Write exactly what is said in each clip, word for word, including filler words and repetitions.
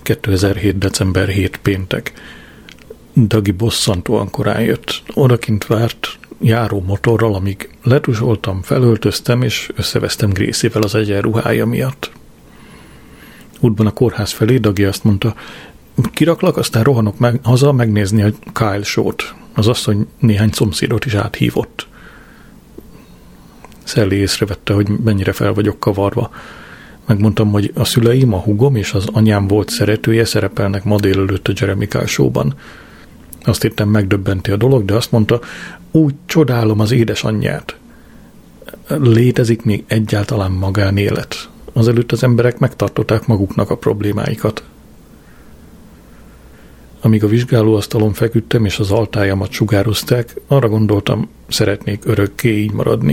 kétezer-hét. december hetedike péntek. Dagi bosszantóan korán jött. Odakint várt járó motorral, amíg letusoltam, felöltöztem, és összevesztem Gracie-vel az egyenruhája miatt. Útban a kórház felé Dagi azt mondta, kiraklak, aztán rohanok meg, haza megnézni a Kyle show-t. Az asszony néhány szomszédot is áthívott. Sally észrevette, hogy mennyire fel vagyok kavarva. Megmondtam, hogy a szüleim, a húgom és az anyám volt szeretője szerepelnek ma délelőtt a Jeremy Kyle show-ban. Azt hittem, megdöbbenti a dolog, de azt mondta, úgy csodálom az édesanyját. Létezik még egyáltalán magánélet. Azelőtt az emberek megtartották maguknak a problémáikat. Amíg a vizsgálóasztalon feküdtem és az altájamat sugározták, arra gondoltam, szeretnék örökké így maradni.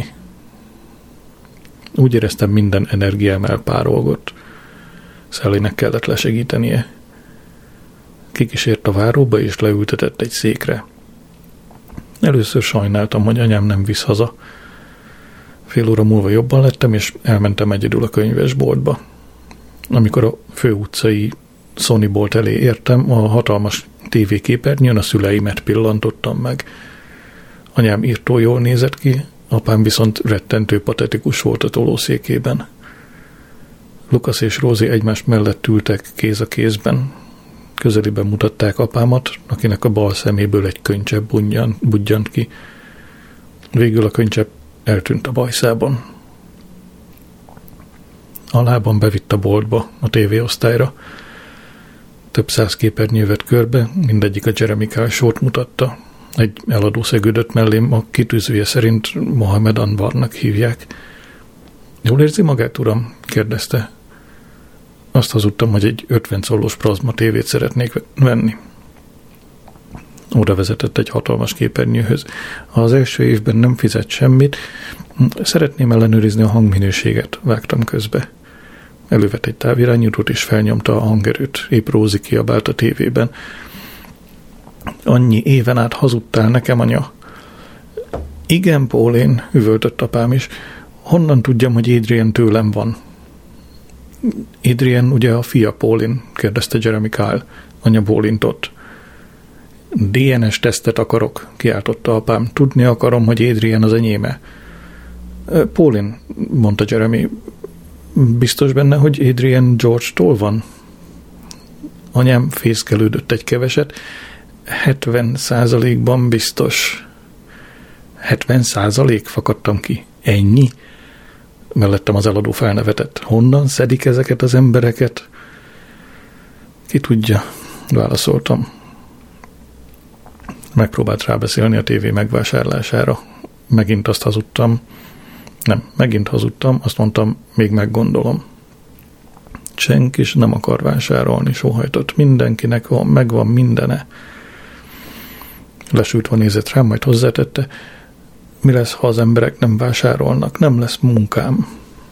Úgy éreztem, minden energiám elpárolgott. Sallynek kellett lesegítenie. Kikísért a váróba és leültetett egy székre. Először sajnáltam, hogy anyám nem visz haza. Fél óra múlva jobban lettem, és elmentem egyedül a könyvesboltba. Amikor a főutcai Sony bolt elé értem, a hatalmas tévéképernyőn a szüleimet pillantottam meg. Anyám írtó jól nézett ki, apám viszont rettentő patetikus volt a tolószékében. Lukasz és Rózi egymás mellett ültek kéz a kézben. Közelében mutatták apámat, akinek a bal szeméből egy könycsepp budjant ki. Végül a könycsepp eltűnt a bajszában. A lábam bevitt a boltba, a tévéosztályra. Több száz képernyő vett körbe, mindegyik a Jeremy Kyle show-t mutatta. Egy eladó szegődött mellém, a kitűzője szerint Mohamed Anwarnak hívják. Jól érzi magát, uram? Kérdezte. Azt hazudtam, hogy egy ötven szólós plazma tévét szeretnék venni. Oda vezetett egy hatalmas képernyőhöz. Az első évben nem fizet semmit. Szeretném ellenőrizni a hangminőséget, vágtam közbe. Elővett egy távirányítót és felnyomta a hangerőt. Épp Rózi kiabált a tévében. Annyi éven át hazudtál nekem, anya. Igen, Pauline, üvöltött apám is. Honnan tudjam, hogy Adrian tőlem van? Adrian ugye a fia, Pauline, kérdezte Jeremy Kyle. Anya bólintott. dé en es tesztet akarok, kiáltotta apám. Tudni akarom, hogy Adrian az enyéme. Pauline, mondta Jeremy, biztos benne, hogy Adrian George-tól van? Anyám fészkelődött egy keveset. hetven százalékban biztos. hetven százalék? Fakadtam ki. Ennyi? Mellettem az eladó felnevetett. Honnan szedik ezeket az embereket? Ki tudja, válaszoltam. Megpróbált rábeszélni a tévé megvásárlására. Megint azt hazudtam. Nem, megint hazudtam, azt mondtam, még meggondolom. Senki is nem akar vásárolni, sóhajtott. Mindenkinek van, megvan mindene. Lesültve nézett rám, majd hozzátette, mi lesz, ha az emberek nem vásárolnak, nem lesz munkám.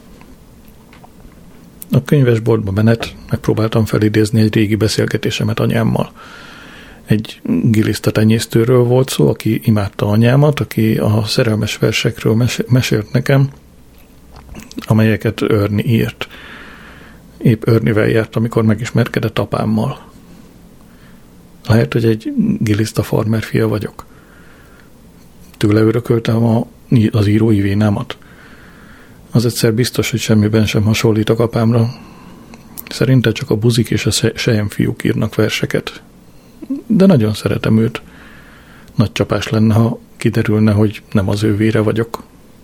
A könyvesboltba menet, megpróbáltam felidézni egy régi beszélgetésemet anyámmal. Egy giliszta tenyésztőről volt szó, aki imádta anyámat, aki a szerelmes versekről mes- mesélt nekem, amelyeket Örni írt. Épp Örnivel járt, amikor megismerkedett apámmal. Lehet, hogy egy giliszta farmer fia vagyok. Tőle örököltem a, az írói vénámat. Az egyszer biztos, hogy semmiben sem hasonlítok apámra. Szerinte csak a buzik és a selyemfiúk írnak verseket. De nagyon szeretem őt. Nagy csapás lenne, ha kiderülne, hogy nem az ő vére vagyok.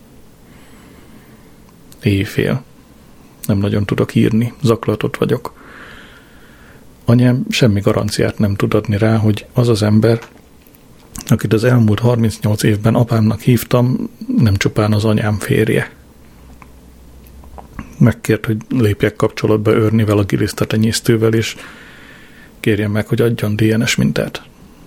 Éjfél. Nem nagyon tudok írni, zaklatott vagyok. Anyám semmi garanciát nem tud adni rá, hogy az az ember, akit az elmúlt harmincnyolc évben apámnak hívtam, nem csupán az anyám férje. Megkért, hogy lépjek kapcsolatba Örnivel, a giliszta tenyésztővel, és kérjem meg, hogy adjon dé en es mintát.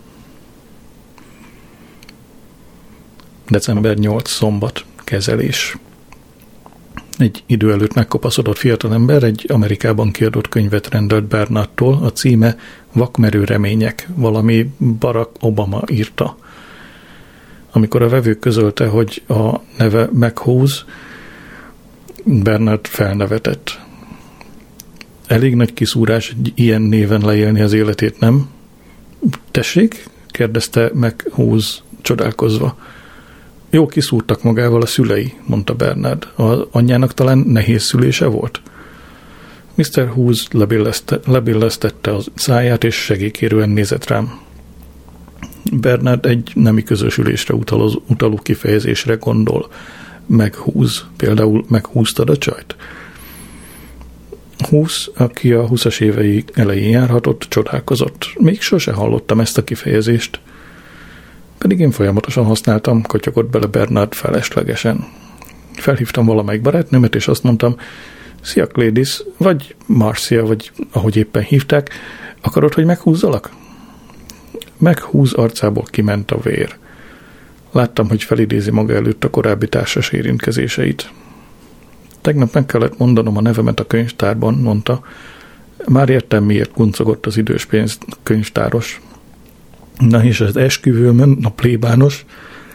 december nyolcadika szombat, kezelés. Egy idő előtt megkopaszodott fiatalember egy Amerikában kiadott könyvet rendelt Bernardtól, a címe Vakmerő remények, valami Barack Obama írta. Amikor a vevő közölte, hogy a neve McHose, Bernard felnevetett. Elég nagy kiszúrás egy ilyen néven leélni az életét, nem? Tessék? Kérdezte meg Hughes csodálkozva. Jó kiszúrtak magával a szülei, mondta Bernard. Az anyjának talán nehéz szülése volt? miszter Hughes lebillesztette a száját, és segélykérően nézett rám. Bernard egy nemi közösülésre utaló, utaló kifejezésre gondol. Meghúz. Például meghúztad a csajt? Hughes, aki a húszas évei elején járhatott, csodálkozott. Még sose hallottam ezt a kifejezést. Pedig én folyamatosan használtam, kotyogott bele Bernard feleslegesen. Felhívtam valamelyik barátnőmet, és azt mondtam, szia Gladys, vagy Marcia, vagy ahogy éppen hívták, akarod, hogy meghúzzalak? Meghúz arcából kiment a vér. Láttam, hogy felidézi maga előtt a korábbi társas érintkezéseit. Tegnap meg kellett mondanom a nevemet a könyvtárban, mondta. Már értem, miért kuncogott az idős pénzkönyvtáros. Na és az esküvőmön, a plébános,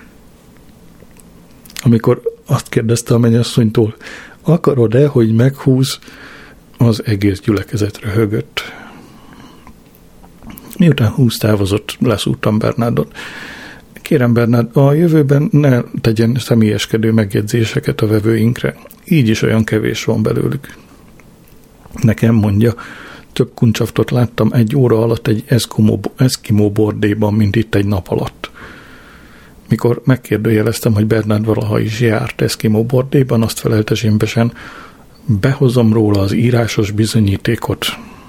amikor azt kérdezte a mennyasszonytól, akarod-e, hogy meghúz, az egész gyülekezet röhögött. Miután Hughes távozott, leszúrtam Bernardot. Kérem Bernard, a jövőben ne tegyen személyeskedő megjegyzéseket a vevőinkre. Így is olyan kevés van belőlük. Nekem, mondja, több kuncsaftot láttam egy óra alatt egy eszkimó, eszkimó bordéban, mint itt egy nap alatt. Mikor megkérdőjeleztem, hogy Bernard valaha is járt eszkimó bordéban, azt felelte zsimbesen, behozom róla az írásos bizonyítékot.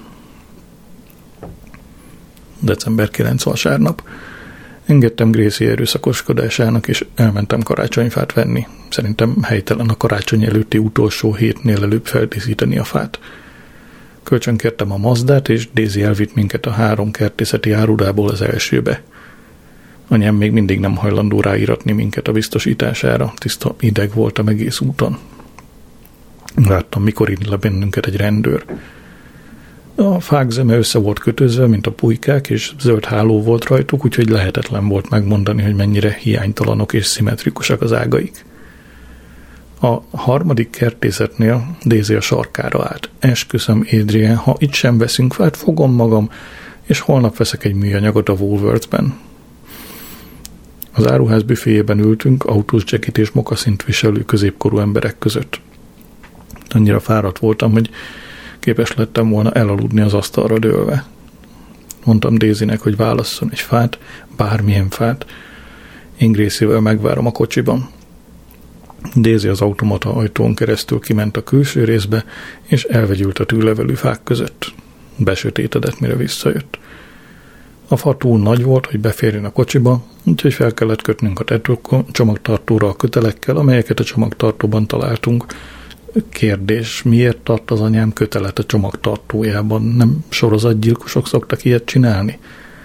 december kilencedike vasárnap. Engedtem Gracie erőszakoskodásának, és elmentem karácsonyfát venni. Szerintem helytelen a karácsony előtti utolsó hétnél előbb feldíszíteni a fát. Kölcsönkértem a Mazdát, és Daisy elvitt minket a három kertészeti árudából az elsőbe. Anyám még mindig nem hajlandó ráíratni minket a biztosítására, tiszta ideg voltam egész úton. Láttam, mikor írt le bennünket egy rendőr. A fák zeme össze volt kötözve, mint a pulykák, és zöld háló volt rajtuk, úgyhogy lehetetlen volt megmondani, hogy mennyire hiánytalanok és szimmetrikusak az ágaik. A harmadik kertészetnél Daisy a sarkára állt. Esküszöm, Adrian, ha itt sem veszünk fát, fogom magam, és holnap veszek egy műanyagot a Woolworthben. Az áruház büféjében ültünk, autós jacket és mokaszint viselő középkorú emberek között. Annyira fáradt voltam, hogy képes lettem volna elaludni az asztalra dőlve. Mondtam Daisynek, hogy válasszon egy fát, bármilyen fát. Én Gracie-vel megvárom a kocsiban. Daisy az automata ajtón keresztül kiment a külső részbe, és elvegyült a tűlevelű fák között. Besötétedett, mire visszajött. A fa túl nagy volt, hogy beférjen a kocsiba, úgyhogy fel kellett kötnünk a tető csomagtartóra a kötelekkel, amelyeket a csomagtartóban találtunk. Kérdés, miért tart az anyám kötelet a csomagtartójában? Nem sorozatgyilkosok szoktak ilyet csinálni?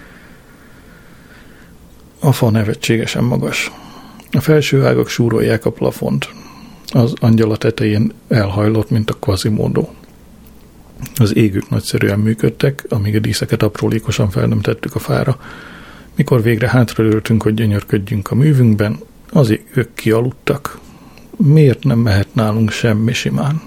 A fa nevetségesen magas. A felső ágak súrolják a plafont. Az angyal a tetején elhajlott, mint a Quasimodo. Az égők nagyszerűen működtek, amíg a díszeket aprólékosan fel nem tettük a fára. Mikor végre hátraültünk, hogy gyönyörködjünk a művünkben, az égők kialudtak. Miért nem mehet nálunk semmi simán?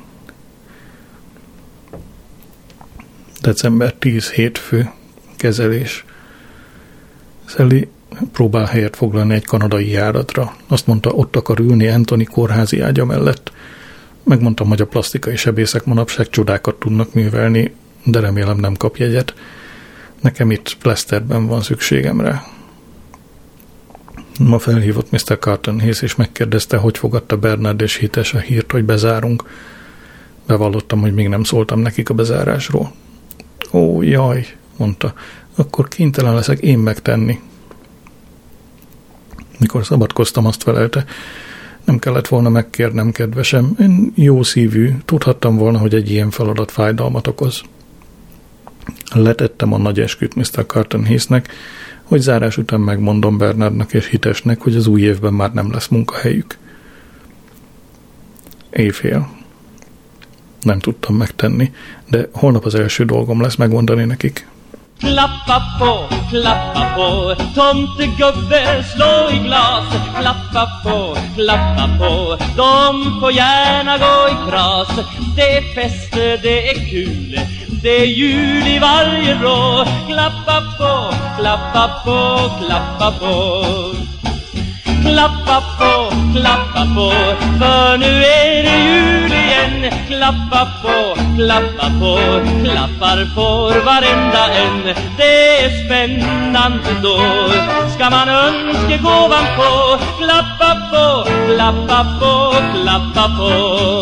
december tíz hétfő, kezelés. Sally próbál helyet foglalni egy kanadai járatra. Azt mondta, ott akar ülni Anthony kórházi ágya mellett. Megmondtam, hogy a plastikai sebészek manapság csodákat tudnak művelni, de remélem nem kap jegyet. Nekem itt Leicesterben van szükségem rá. Ma felhívott miszter Carton Hayes, és megkérdezte, hogy fogadta Bernard és Hites a hírt, hogy bezárunk. Bevallottam, hogy még nem szóltam nekik a bezárásról. Ó, jaj, mondta, akkor kénytelen leszek én megtenni. Mikor szabadkoztam, azt felelte, nem kellett volna megkérnem, kedvesem. Én jó szívű, tudhattam volna, hogy egy ilyen feladat fájdalmat okoz. Letettem a nagy esküt miszter Carton Hayesnek, hogy zárás után megmondom Bernardnak és Hitesnek, hogy az új évben már nem lesz munkahelyük. Éjfél. Nem tudtam megtenni, de holnap az első dolgom lesz megmondani nekik. Klappa på, klappa på, tomtegubbe slå i glas. Klappa på, klappa på, de får gärna gå i kras. Det är fest, det är kul, det är jul i varje rå. Klappa på, klappa på, klappa på. Klappa på, klappa på, för nu är det jul igen. Klappa på, klappa på, klappar får varenda en. Det är spännande då, ska man önska gåvan på. Klappa på, klappa på, klappa på.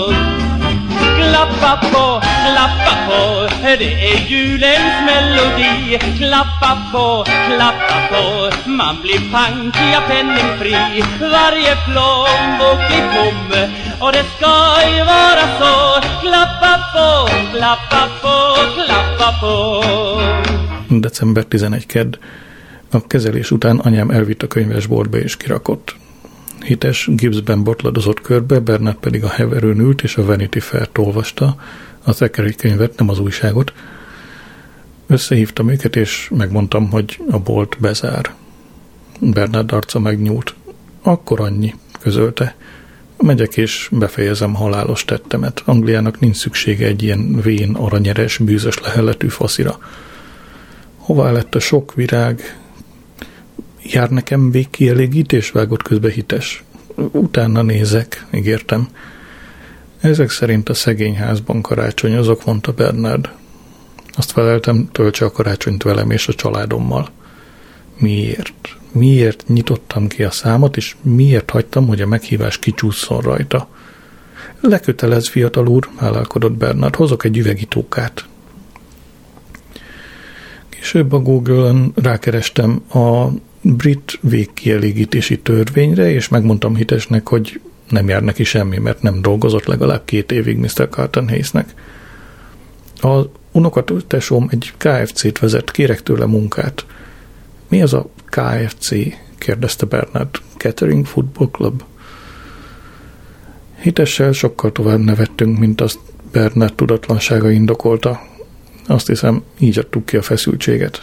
Klappa på, klappa på, det är julens melodi. Klappa på, klappa på, man blir pankiga penningfri. Varje plånbok är tom, och det ska ju vara så. Klappa på, klappa på, klappa på. december tizenegy kedd. A kezelés után anyám elvitt a könyvesboltba és kirakott. Hites gipszben botladozott körbe, Bernard pedig a heverőn ült és a Vanity Fair-t olvasta, a Thackeray könyvet, nem az újságot. Összehívtam őket, és megmondtam, hogy a bolt bezár. Bernard arca megnyúlt. Akkor annyi, közölte. Megyek és befejezem halálos tettemet. Angliának nincs szüksége egy ilyen vén, aranyeres, bűzös lehelletű faszira. Hová lett a sok virág? Jár nekem végkielégítés, vágott közbe Hites. Utána nézek, ígértem. Ezek szerint a szegény házban karácsonyozok, mondta Bernard. Azt feleltem, töltse a karácsonyt velem és a családommal. Miért? Miért nyitottam ki a számot, és miért hagytam, hogy a meghívás kicsúszson rajta? Lekötelez, fiatal úr, állálkodott Bernard, hozok egy üvegitókát. Később a Google-on rákerestem a brit végkielégítési törvényre, és megmondtam Hitesnek, hogy nem jár neki semmi, mert nem dolgozott legalább két évig miszter Carlton Hayesnek. Az unokatesóm egy ká ef cét vezet, kérek tőle munkát. Mi az a ká ef cé? kérdezte Bernard. Catering Football Club. Hitessel sokkal tovább nevettünk, mint azt Bernard tudatlansága indokolta. Azt hiszem, így adtuk ki a feszültséget.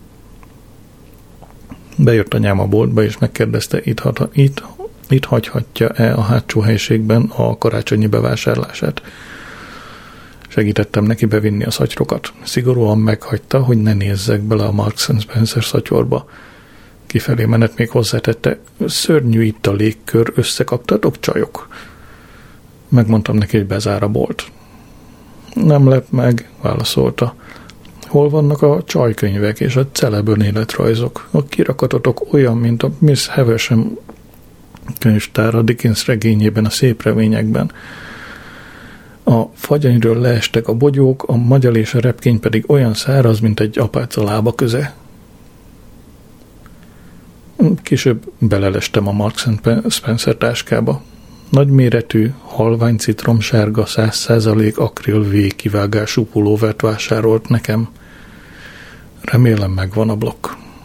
Bejött anyám a boltba, és megkérdezte, itt, itt, itt hagyhatja-e a hátsó helyiségben a karácsonyi bevásárlását. Segítettem neki bevinni a szatyrokat. Szigorúan meghagyta, hogy ne nézzek bele a Marks and Spencer szatyorba. Kifelé menet még hozzátette, szörnyű itt a légkör, összekaptatok, csajok? Megmondtam neki, hogy bezár a bolt. Nem lep meg, válaszolta. Hol vannak a csajkönyvek és a celebön életrajzok? A kirakatotok olyan, mint a Miss Havisham könyvtár a Dickens regényében, a szép reményekben. A fagyanyről leestek a bogyók, a magyal és a repkény pedig olyan száraz, mint egy apáca lába köze. Később belelestem a Marks and Spencer táskába. Nagyméretű, halvány citromsárga, száz százalék akril végkivágású pulóvert vásárolt nekem. Remélem megvan a blokk.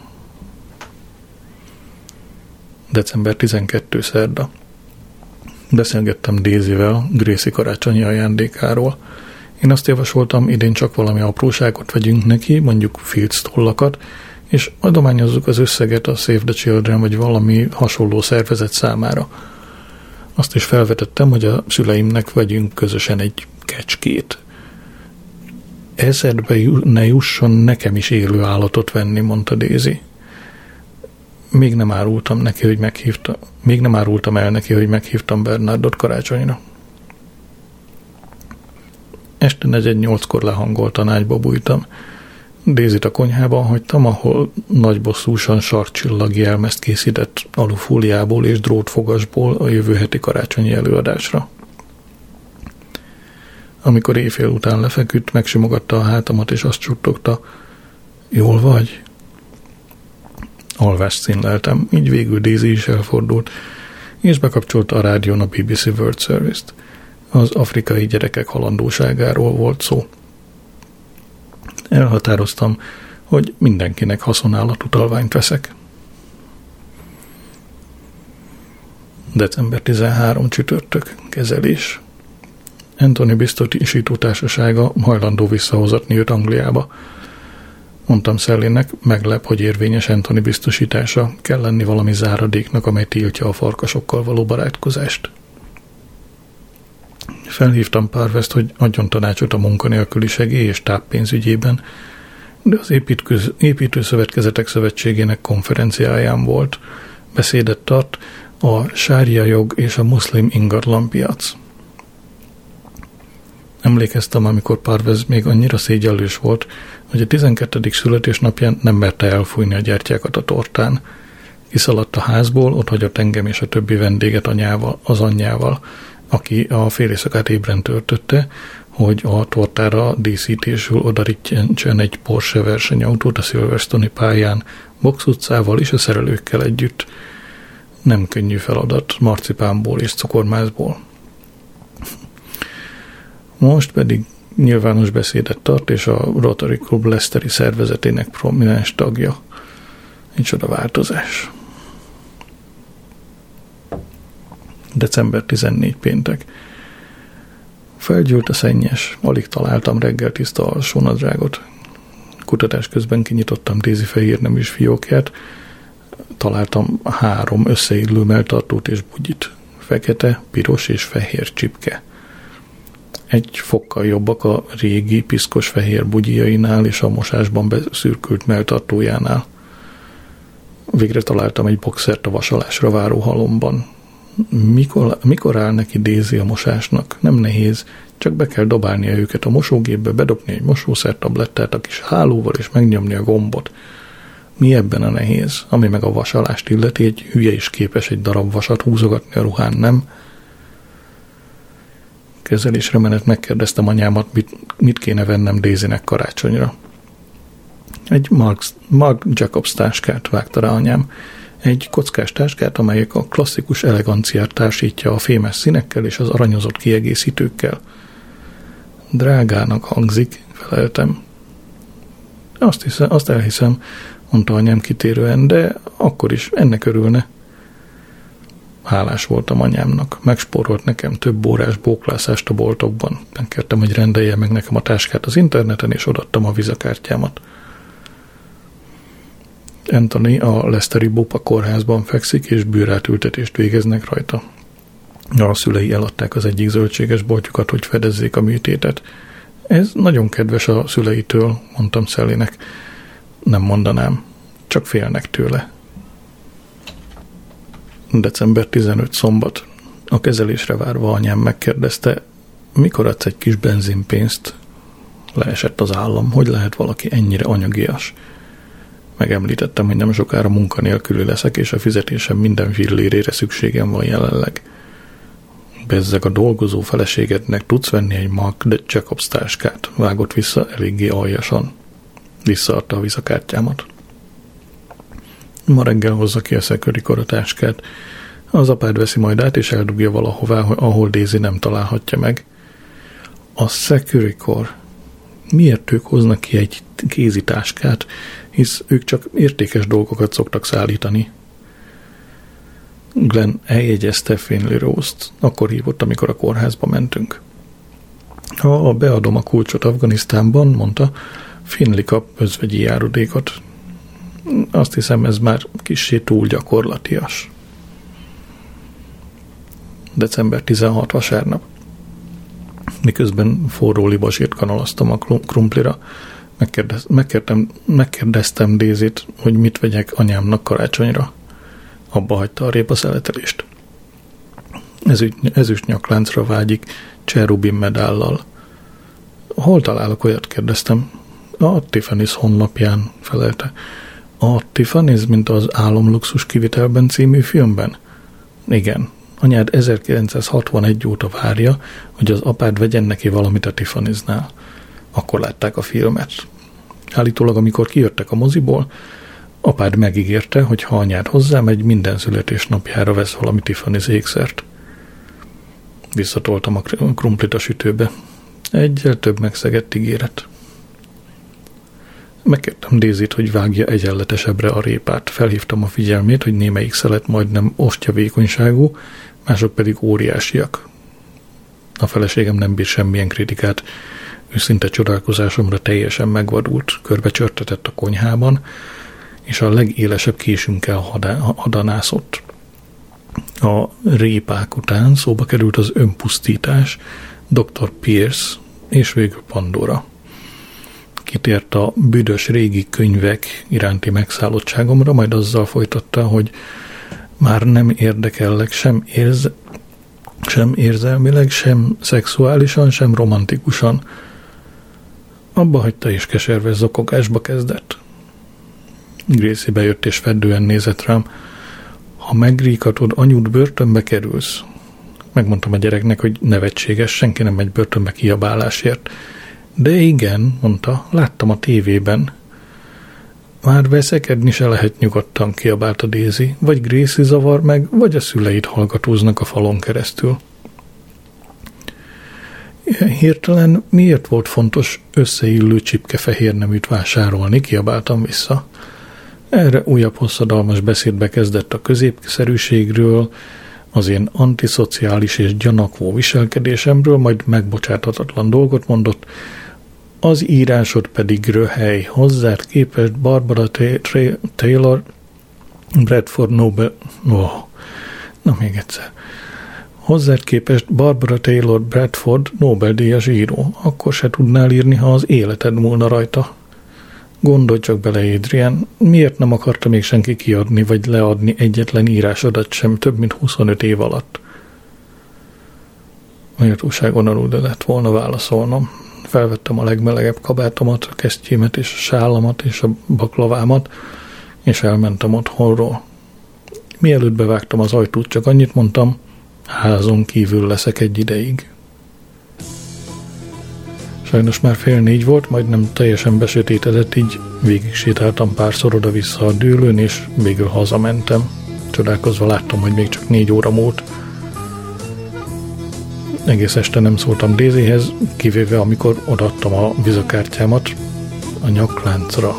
december tizenkettő szerda. Beszélgettem Daisyvel Gracie karácsonyi ajándékáról. Én azt javasoltam, idén csak valami apróságot vegyünk neki, mondjuk Fields tollakat, és adományozzuk az összeget a Save the Children vagy valami hasonló szervezet számára. Azt is felvetettem, hogy a szüleimnek vegyünk közösen egy kecskét. Eszedbe ne jusson nekem is élő állatot venni, mondta Daisy. Még nem árultam neki, hogy meghívta, még nem árultam el neki, hogy meghívtam Bernardot karácsonyra. Este negyed nyolckor lehangoltan ágyba bújtam. Daisyt a konyhában hagytam, ahol nagybosszúsan sarkcsillagi jelmezt készített alufóliából és drótfogasból a jövő heti karácsonyi előadásra. Amikor éjfél után lefeküdt, megsimogatta a hátamat, és azt suttogta, jól vagy? Alvást színleltem, így végül Daisy is elfordult, és bekapcsolta a rádión a bé bé cé World Service-t. Az afrikai gyerekek halandóságáról volt szó. Elhatároztam, hogy mindenkinek haszonállat veszek. december tizenharmadika csütörtök, kezelés. Anthony biztosító társasága hajlandó visszahozatni őt Angliába. Mondtam Sallynek, meglep, hogy érvényes Anthony biztosítása, kell lenni valami záradéknak, amely tiltja a farkasokkal való barátkozást. Felhívtam Parvest, hogy adjon tanácsot a munkanélküli segély és táppénzügyében, de az építköz, építőszövetkezetek szövetségének konferenciáján volt. Beszédet tart a sária jog és a muszlim ingatlanpiac. Emlékeztem, amikor Parvez még annyira szégyellős volt, hogy a tizenkettedik születésnapján nem merte elfújni a gyertyákat a tortán. Kiszaladt a házból, ott hagyott engem és a többi vendéget anyával, az anyjával, aki a fél éjszakát ébren töltötte, hogy a tortára díszítésül odarítjen egy Porsche versenyautót a Silverstone-i pályán, Box utcával és a szerelőkkel együtt. Nem könnyű feladat marcipánból és cukormászból. Most pedig nyilvános beszédet tart, és a Rotary Club Leicesteri szervezetének prominens tagja. Micsoda változás. december tizennégy péntek. Felgyűlt a szennyes, alig találtam reggel tiszta alsónadrágot. Kutatás közben kinyitottam Daisy fehér neműs fiókját, találtam három összeillő melltartót és bugyit. Fekete, piros és fehér csipke. Egy fokkal jobbak a régi, piszkos fehér bugyiainál és a mosásban beszürkült melltartójánál. Végre találtam egy boxert a vasalásra váró halomban. Mikor, mikor áll neki Daisy a mosásnak? Nem nehéz, csak be kell dobálnia őket a mosógépbe, bedobni egy mosószertablettát a kis hálóval és megnyomni a gombot. Mi ebben a nehéz? Ami meg a vasalást illeti, egy hülye is képes egy darab vasat húzogatni a ruhán, nem? Kezelésre menet megkérdeztem anyámat, mit, mit kéne vennem Daisynek karácsonyra. Egy Mark, Marc Jacobs táskát vágta rá anyám. Egy kockás táskát, amelyek a klasszikus eleganciát társítja a fémes színekkel és az aranyozott kiegészítőkkel. Drágának hangzik, feleltem. Azt, hiszem, azt elhiszem, mondta anyám kitérően, de akkor is ennek örülne. Hálás voltam anyámnak. Megspórolt nekem több órás bóklászást a boltokban. Megkértem, hogy rendelje meg nekem a táskát az interneten, és odaadtam a vizakártyámat. Anthony a Leicesteri Bupa kórházban fekszik, és bőrátültetést végeznek rajta. A szülei eladták az egyik zöldséges boltjukat, hogy fedezzék a műtétet. Ez nagyon kedves a szüleitől, mondtam Sallynek. Nem mondanám, csak félnek tőle. december tizenötödike szombat. A kezelésre várva anyám megkérdezte, mikor adsz egy kis benzinpénzt? Leesett az állam, hogy lehet valaki ennyire anyagias. Megemlítettem, hogy nem sokára munkanélküli leszek, és a fizetésem minden fillérére szükségem van jelenleg. Bezzeg a dolgozó feleségednek tudsz venni egy Marc Jacobs táskát, vágott vissza eléggé aljasan. Visszaadta a visszakártyámat. Ma reggel hozza ki a Securicor a táskát. Az apád veszi majd át, és eldugja valahová, ahol Daisy nem találhatja meg. A Securicor. Miért ők hoznak ki egy kézitáskát, hisz ők csak értékes dolgokat szoktak szállítani. Glenn eljegyezte Finley Rose-t. Akkor hívott, amikor a kórházba mentünk. Ha beadom a kulcsot Afganisztánban, mondta, Finley kap özvegyi járulékot. Azt hiszem, ez már kissé túl gyakorlatias. december tizenhatodika vasárnap. Miközben forró libasírt kanalaztam a krumplira, megkérdez, megkértem, megkérdeztem Daisyt, hogy mit vegyek anyámnak karácsonyra. Abba hagyta a répaszeletelést. Ezüst nyakláncra vágyik Cherubim medállal. Hol találok olyat, kérdeztem. A Tiffany's honlapján, felelte. A Tiffany's, mint az Álomluxus kivitelben című filmben? Igen. Anyád ezerkilencszázhatvanegy óta várja, hogy az apád vegyen neki valamit a Tiffany'snál. Akkor látták a filmet. Állítólag, amikor kijöttek a moziból, apád megígérte, hogy ha anyád hozzámegy, minden születésnapjára vesz valami Tiffany's ékszert. Visszatoltam a krumplit a sütőbe. Egyel több megszegett ígéret. Megkértem Daisyt, hogy vágja egyenletesebbre a répát. Felhívtam a figyelmét, hogy némelyik szelet majdnem ostyavékonyságú, mások pedig óriásiak. A feleségem nem bír semmilyen kritikát. Őszinte csodálkozásomra teljesen megvadult, körbecsörtetett a konyhában, és a legélesebb késünkkel hadanászott. A répák után szóba került az önpusztítás, doktor Pierce és végül Pandora. Kitért a büdös régi könyvek iránti megszállottságomra, majd azzal folytatta, hogy már nem érdekellek sem, érz, sem érzelmileg, sem szexuálisan, sem romantikusan. Abba hagyta és keserves zokogásba kezdett. Gracie bejött és feddően nézett rám. Ha megríkatod anyud, börtönbe kerülsz. Megmondtam a gyereknek, hogy nevetséges, senki nem megy börtönbe kiabálásért. De igen, mondta, láttam a tévében. Már veszekedni se lehet nyugodtan, kiabálta Daisy. Vagy Gracie zavar meg, vagy a szüleid hallgatóznak a falon keresztül. Hirtelen miért volt fontos összeillő csipkefehér neműt vásárolni, kiabáltam vissza. Erre újabb hosszadalmas beszédbe kezdett a középszerűségről, az én antiszociális és gyanakvó viselkedésemről, majd megbocsáthatatlan dolgot mondott, az írásod pedig röhely, hozzád képest Barbara Taylor, Bradford Nobel... Oh, na még egyszer. Hozzád képest Barbara Taylor Bradford Nobel-díjas író. Akkor se tudnál írni, ha az életed múlna rajta. Gondolj csak bele, Adrian, miért nem akarta még senki kiadni vagy leadni egyetlen írásodat sem több mint huszonöt év alatt? Méltóságon alul lett volna válaszolnom. Felvettem a legmelegebb kabátomat, a kesztyémet és a sállamat és a baklavámat, és elmentem otthonról. Mielőtt bevágtam az ajtót, csak annyit mondtam, házon kívül leszek egy ideig. Sajnos már fél négy volt, majdnem teljesen besötétedett, így végig sétáltam párszor oda-vissza a dőlőn, és végül hazamentem. Csodálkozva láttam, hogy még csak négy óra múlt. Egész este nem szóltam Daisyhez, kivéve amikor odaadtam a vizakártyámat a nyakláncra.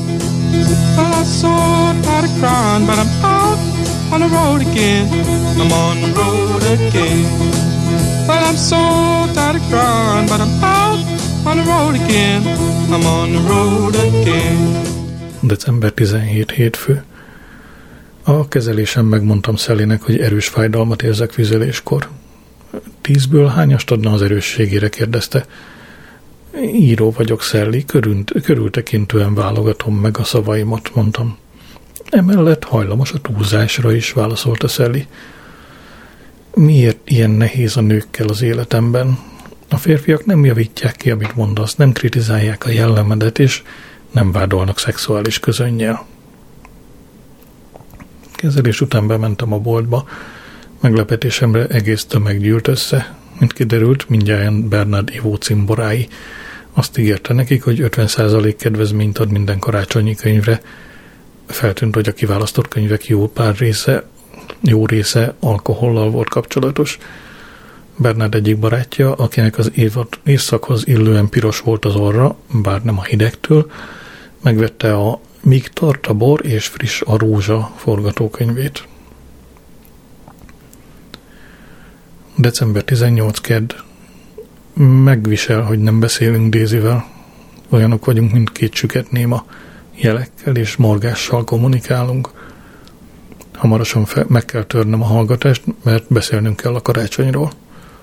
On the road again, I'm on the road again. Well, I'm so tired of crying, but I'm out on the road again. I'm on the road again. december tizenhetedike hétfő. A kezelésem megmondtam Sallynek, hogy erős fájdalmat érzek vizeléskor. Tízből hányast adna az erősségére, kérdezte. Író vagyok, Sally, körült, körültekintően válogatom meg a szavaimat, mondtam. Emellett hajlamos a túlzásra is, válaszolta Sally. Miért ilyen nehéz a nőkkel az életemben? A férfiak nem javítják ki, amit mondasz, nem kritizálják a jellemedet, és nem vádolnak szexuális közönnyel. Kezelés után bementem a boltba, meglepetésemre egész tömeg gyűlt össze, mint kiderült, mindjárt Bernard Ivó cimborái. Azt ígérte nekik, hogy ötven százalék kedvezményt ad minden karácsonyi könyvre. Feltűnt, hogy a kiválasztott könyvek jó pár része, jó része alkohollal volt kapcsolatos. Bernard egyik barátja, akinek az évad, évszakhoz illően piros volt az orra, bár nem a hidegtől, megvette a Míg tart a bor és friss a rózsa forgatókönyvét. december tizennyolcadika kedd. Megvisel, hogy nem beszélünk Daisyvel. Olyanok vagyunk, mint két süket néma. Jelekkel és morgással kommunikálunk. Hamarosan fe- meg kell törnem a hallgatást, mert beszélnünk kell a karácsonyról.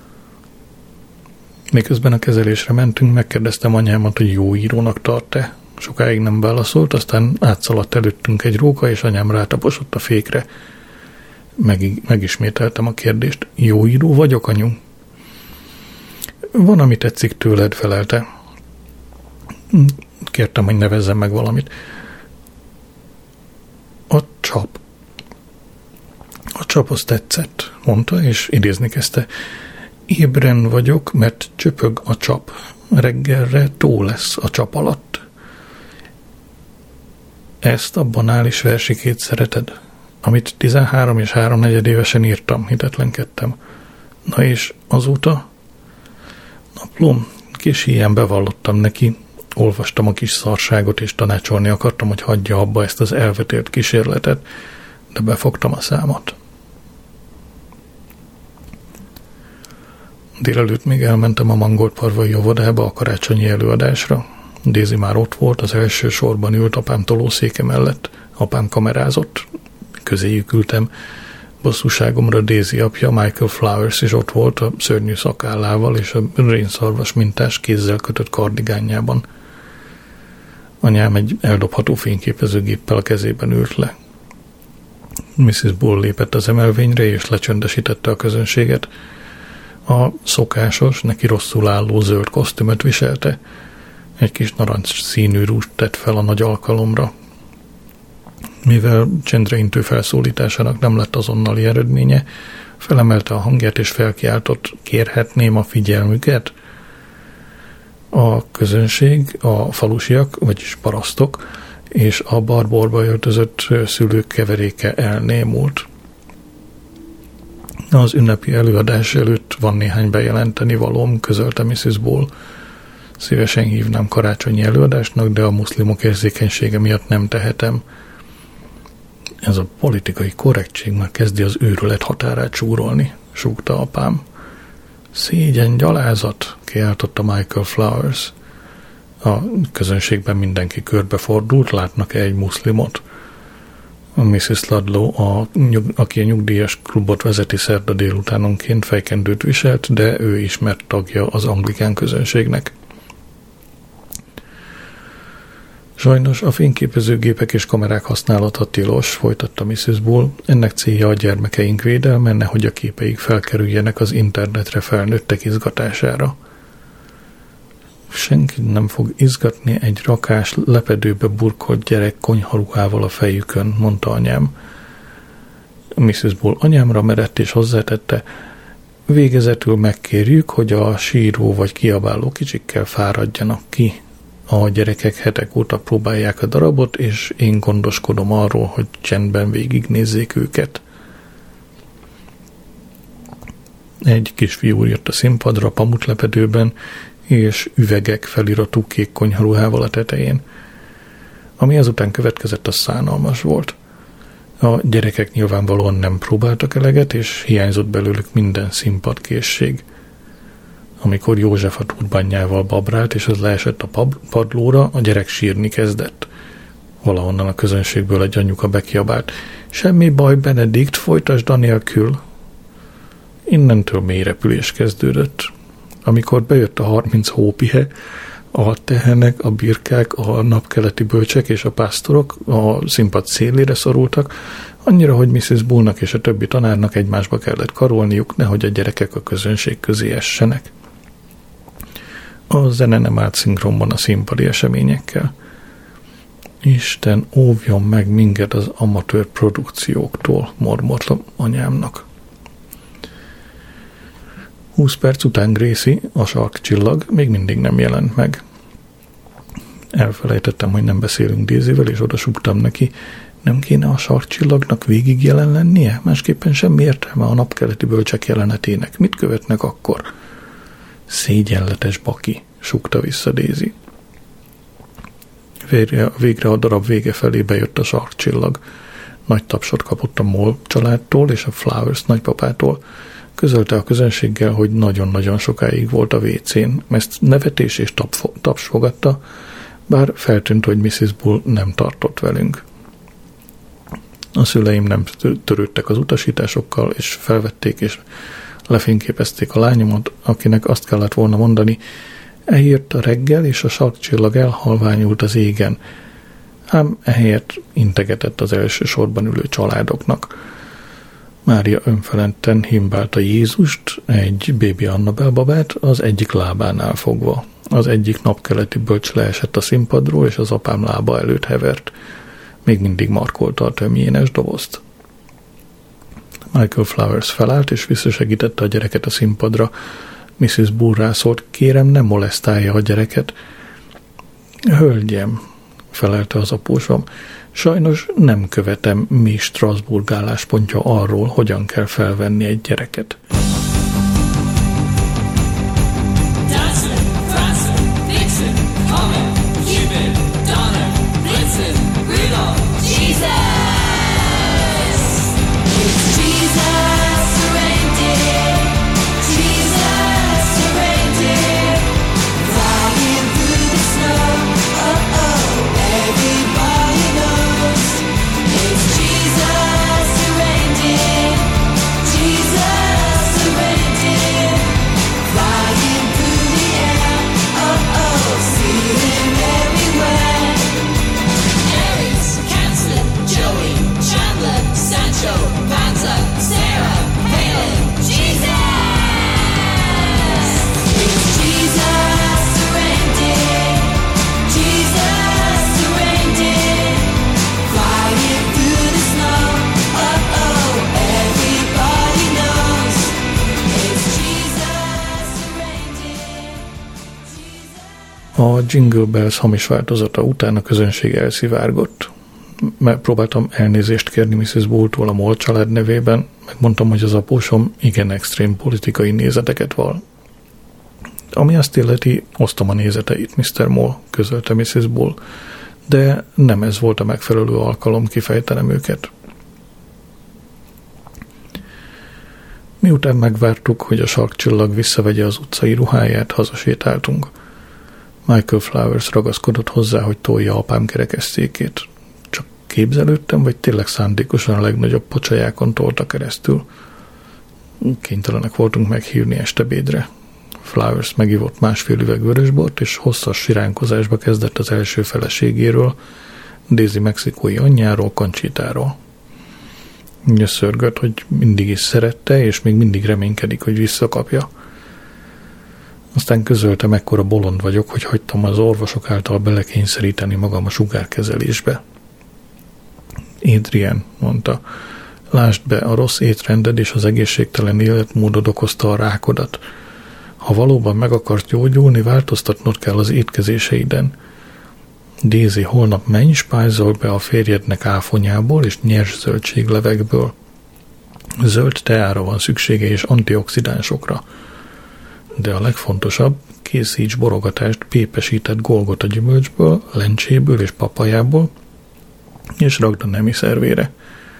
Miközben a kezelésre mentünk, megkérdeztem anyámat, hogy jó írónak tart-e. Sokáig nem válaszolt, aztán átszaladt előttünk egy róka, és anyám rátaposott a fékre. Meg, megismételtem a kérdést. Jó író vagyok, anyu? Van, ami tetszik tőled, felelte. Kértem, hogy nevezzem meg valamit. A csap. A csap az tetszett, mondta, és idézni kezdte. Ébren vagyok, mert csöpög a csap. Reggelre tó lesz a csap alatt. Ezt a banális versikét szereted, amit tizenhárom és háromnegyed évesen írtam, hitetlenkedtem. Na és azóta? Naplom, kis híján bevallottam neki, olvastam a kis szarságot, és tanácsolni akartam, hogy hagyja abba ezt az elvetélt kísérletet, de befogtam a számat. Délelőtt még elmentem a Mangoldparvai óvodába a karácsonyi előadásra. Daisy már ott volt, az első sorban ült apám tolószéke mellett. Apám kamerázott, közéjük ültem. Bosszúságomra Daisy apja, Michael Flowers is ott volt a szörnyű szakállával és a rénszarvas mintás kézzel kötött kardigánjában. Anyám egy eldobható fényképezőgéppel a kezében ült le. missziz Bull lépett az emelvényre és lecsöndesítette a közönséget. A szokásos, neki rosszul álló zöld kosztümöt viselte. Egy kis narancs színű rúst tett fel a nagy alkalomra. Mivel csendreintő felszólításának nem lett azonnali eredménye, felemelte a hangját és felkiáltott: kérhetném a figyelmüket? A közönség, a falusiak, vagyis parasztok, és a barborba öltözött szülők keveréke elnémult. Az ünnepi előadás előtt van néhány bejelenteni valóm, közölte missziz Bull. Szívesen hívnám karácsonyi előadásnak, de a muszlimok érzékenysége miatt nem tehetem. Ez a politikai korrektség már kezdi az őrület határát súrolni, súgta apám. Szégyen, gyalázat, kiáltotta Michael Flowers. A közönségben mindenki körbefordult, látnak-e egy muszlimot? missziz Ludlow, a, aki a nyugdíjas klubot vezeti szerda délutánonként, fejkendőt viselt, de ő ismert tagja az anglikán közönségnek. Sajnos a fényképezőgépek és kamerák használata tilos, folytatta missziz Bull. Ennek célja a gyermekeink védelme, nehogy a képeik felkerüljenek az internetre felnőttek izgatására. Senki nem fog izgatni egy rakás, lepedőbe burkolt gyerek konyharuhával a fejükön, mondta anyám. missziz Bull anyámra merett és hozzátette: végezetül megkérjük, hogy a síró vagy kiabáló kicsikkel fáradjanak ki. A gyerekek hetek óta próbálják a darabot, és én gondoskodom arról, hogy csendben végignézzék őket. Egy kisfiú jött a színpadra pamutlepedőben, és üvegek feliratú kék konyharuhával a tetején. Ami azután következett, az szánalmas volt. A gyerekek nyilvánvalóan nem próbáltak eleget, és hiányzott belőlük minden színpadkészség. Amikor József a turbánjával babrált, és az leesett a padlóra, a gyerek sírni kezdett. Valahonnan a közönségből egy anyuka bekiabált: semmi baj, Benedikt, folytasd anélkül. Innentől mély repülés kezdődött. Amikor bejött a harminc hópihe, a tehenek, a birkák, a napkeleti bölcsek és a pásztorok a színpad szélére szorultak, annyira, hogy missziz Bullnak és a többi tanárnak egymásba kellett karolniuk, nehogy a gyerekek a közönség közé essenek. A zene nem állt szinkronban a színpadi eseményekkel. Isten óvjon meg minket az amatőr produkcióktól, mormoltam anyámnak. Húsz perc után Gracie, a sarkcsillag, még mindig nem jelent meg. Elfelejtettem, hogy nem beszélünk Daisyvel, és odasúgtam neki: nem kéne a sarkcsillagnak végig jelen lennie? Másképpen semmi értelme a napkeleti bölcsek jelenetének. Mit követnek akkor? Szégyenletes baki, súgta vissza Daisy. Végre, végre a darab vége felé bejött a sarkcsillag. Nagy tapsot kapott a Moll családtól és a Flowers nagypapától. Közölte a közönséggel, hogy nagyon-nagyon sokáig volt a vécén. Ezt nevetés és taps fogadta, bár feltűnt, hogy missziz Bull nem tartott velünk. A szüleim nem törődtek az utasításokkal, és felvették és lefényképezték a lányomat, akinek azt kellett volna mondani: eljött a reggel, és a sarkcsillag elhalványult az égen. Ám ehelyett integetett az első sorban ülő családoknak. Mária önfeledten himbálta Jézust, egy bébi Annabel babát, az egyik lábánál fogva. Az egyik napkeleti bölcs leesett a színpadról, és az apám lába előtt hevert. Még mindig markolta a tömjénes dobozt. Michael Flowers felállt, és visszasegítette a gyereket a színpadra. missziz Bull rászólt: kérem, ne molesztálja a gyereket. Hölgyem, felelte az apósom, sajnos nem követem mi Strasbourg álláspontja arról, hogyan kell felvenni egy gyereket. Jesus, surrender. Jesus, Jingle Bells hamis változata után a közönség elszivárgott. Megpróbáltam elnézést kérni missziz Bulltól a Moll család nevében, megmondtam, hogy az apósom igen extrém politikai nézeteket val. Ami azt illeti, osztom a nézeteit, miszter Moll, közölte missziz Bull, de nem ez volt a megfelelő alkalom kifejtenem őket. Miután megvártuk, hogy a sarkcsillag visszavegye az utcai ruháját, hazasétáltunk. Michael Flowers ragaszkodott hozzá, hogy tolja apám kerekesszékét. Csak képzelődtem, vagy tényleg szándékosan a legnagyobb pocsajákon tolta keresztül. Kénytelenek voltunk meghívni estebédre. Flowers megivott másfél üveg vörösbort, és hosszas siránkozásba kezdett az első feleségéről, Daisy mexikói anyjáról, Conchitáról. Nyöszörgött, hogy mindig is szerette, és még mindig reménykedik, hogy visszakapja. Aztán közölte, mekkora bolond vagyok, hogy hagytam az orvosok által belekényszeríteni magam a sugárkezelésbe. Adrian, mondta, lásd be, a rossz étrended és az egészségtelen életmódod okozta a rákodat. Ha valóban meg akarsz gyógyulni, változtatnod kell az étkezéseiden. Daisy, holnap menj, spájzol be a férjednek áfonyából és nyers zöldséglevekből. Zöld teára van szüksége és antioxidánsokra. De a legfontosabb, készíts borogatást pépesített golgota gyümölcsből, lencséből és papajából, és rakd a nemi szervére.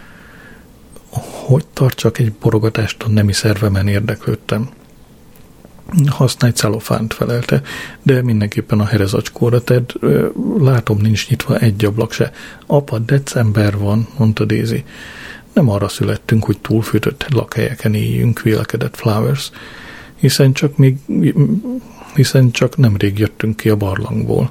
Hogy tartsak egy borogatást a nemi szervemen, érdeklődtem. Használj celofánt, felelte, de mindenképpen a herezacskóra tedd, látom, nincs nyitva egy ablak se. Apa, december van, mondta Daisy. Nem arra születtünk, hogy túlfűtött lakhelyeken éljünk, vélekedett Flowers, hiszen csak még, hiszen csak nemrég jöttünk ki a barlangból.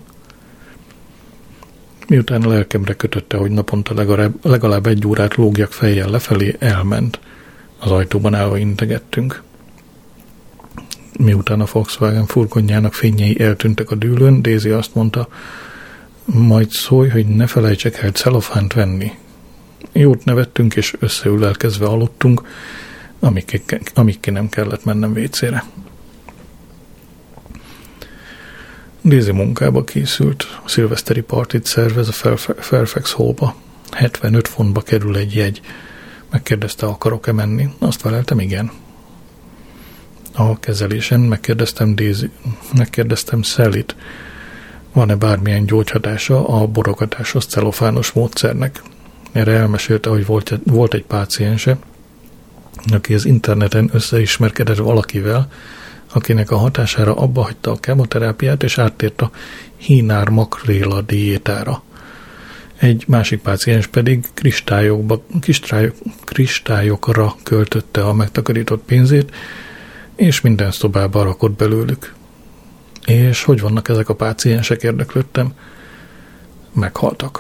Miután a lelkemre kötötte, hogy naponta legalább, legalább egy órát lógjak fejjel lefelé, elment. Az ajtóban állva integettünk. Miután a Volkswagen furgonjának fényei eltűntek a dűlőn, Daisy azt mondta, majd szólj, hogy ne felejtsek el celofánt venni. Jót nevettünk, és összeülelkezve aludtunk, amíg, amíg ki nem kellett mennem vécére. Daisy munkába készült, a szilveszteri partit szervez a Fairfax Hallba. hetvenöt fontba kerül egy jegy. Megkérdezte, akarok-e menni? Azt feleltem, igen. A kezelésen megkérdeztem, Daisy, megkérdeztem Sally-t, van-e bármilyen gyógyhatása a borogatáshoz celofános módszernek. Erre elmesélte, hogy volt, volt egy páciense, aki az interneten összeismerkedett valakivel, akinek a hatására abba hagyta a kemoterápiát, és áttért a hínár makréla diétára. Egy másik páciens pedig kristályokba, kristályok, kristályokra költötte a megtakarított pénzét, és minden szobába rakott belőlük. És hogy vannak ezek a páciensek, érdeklődtem? Meghaltak.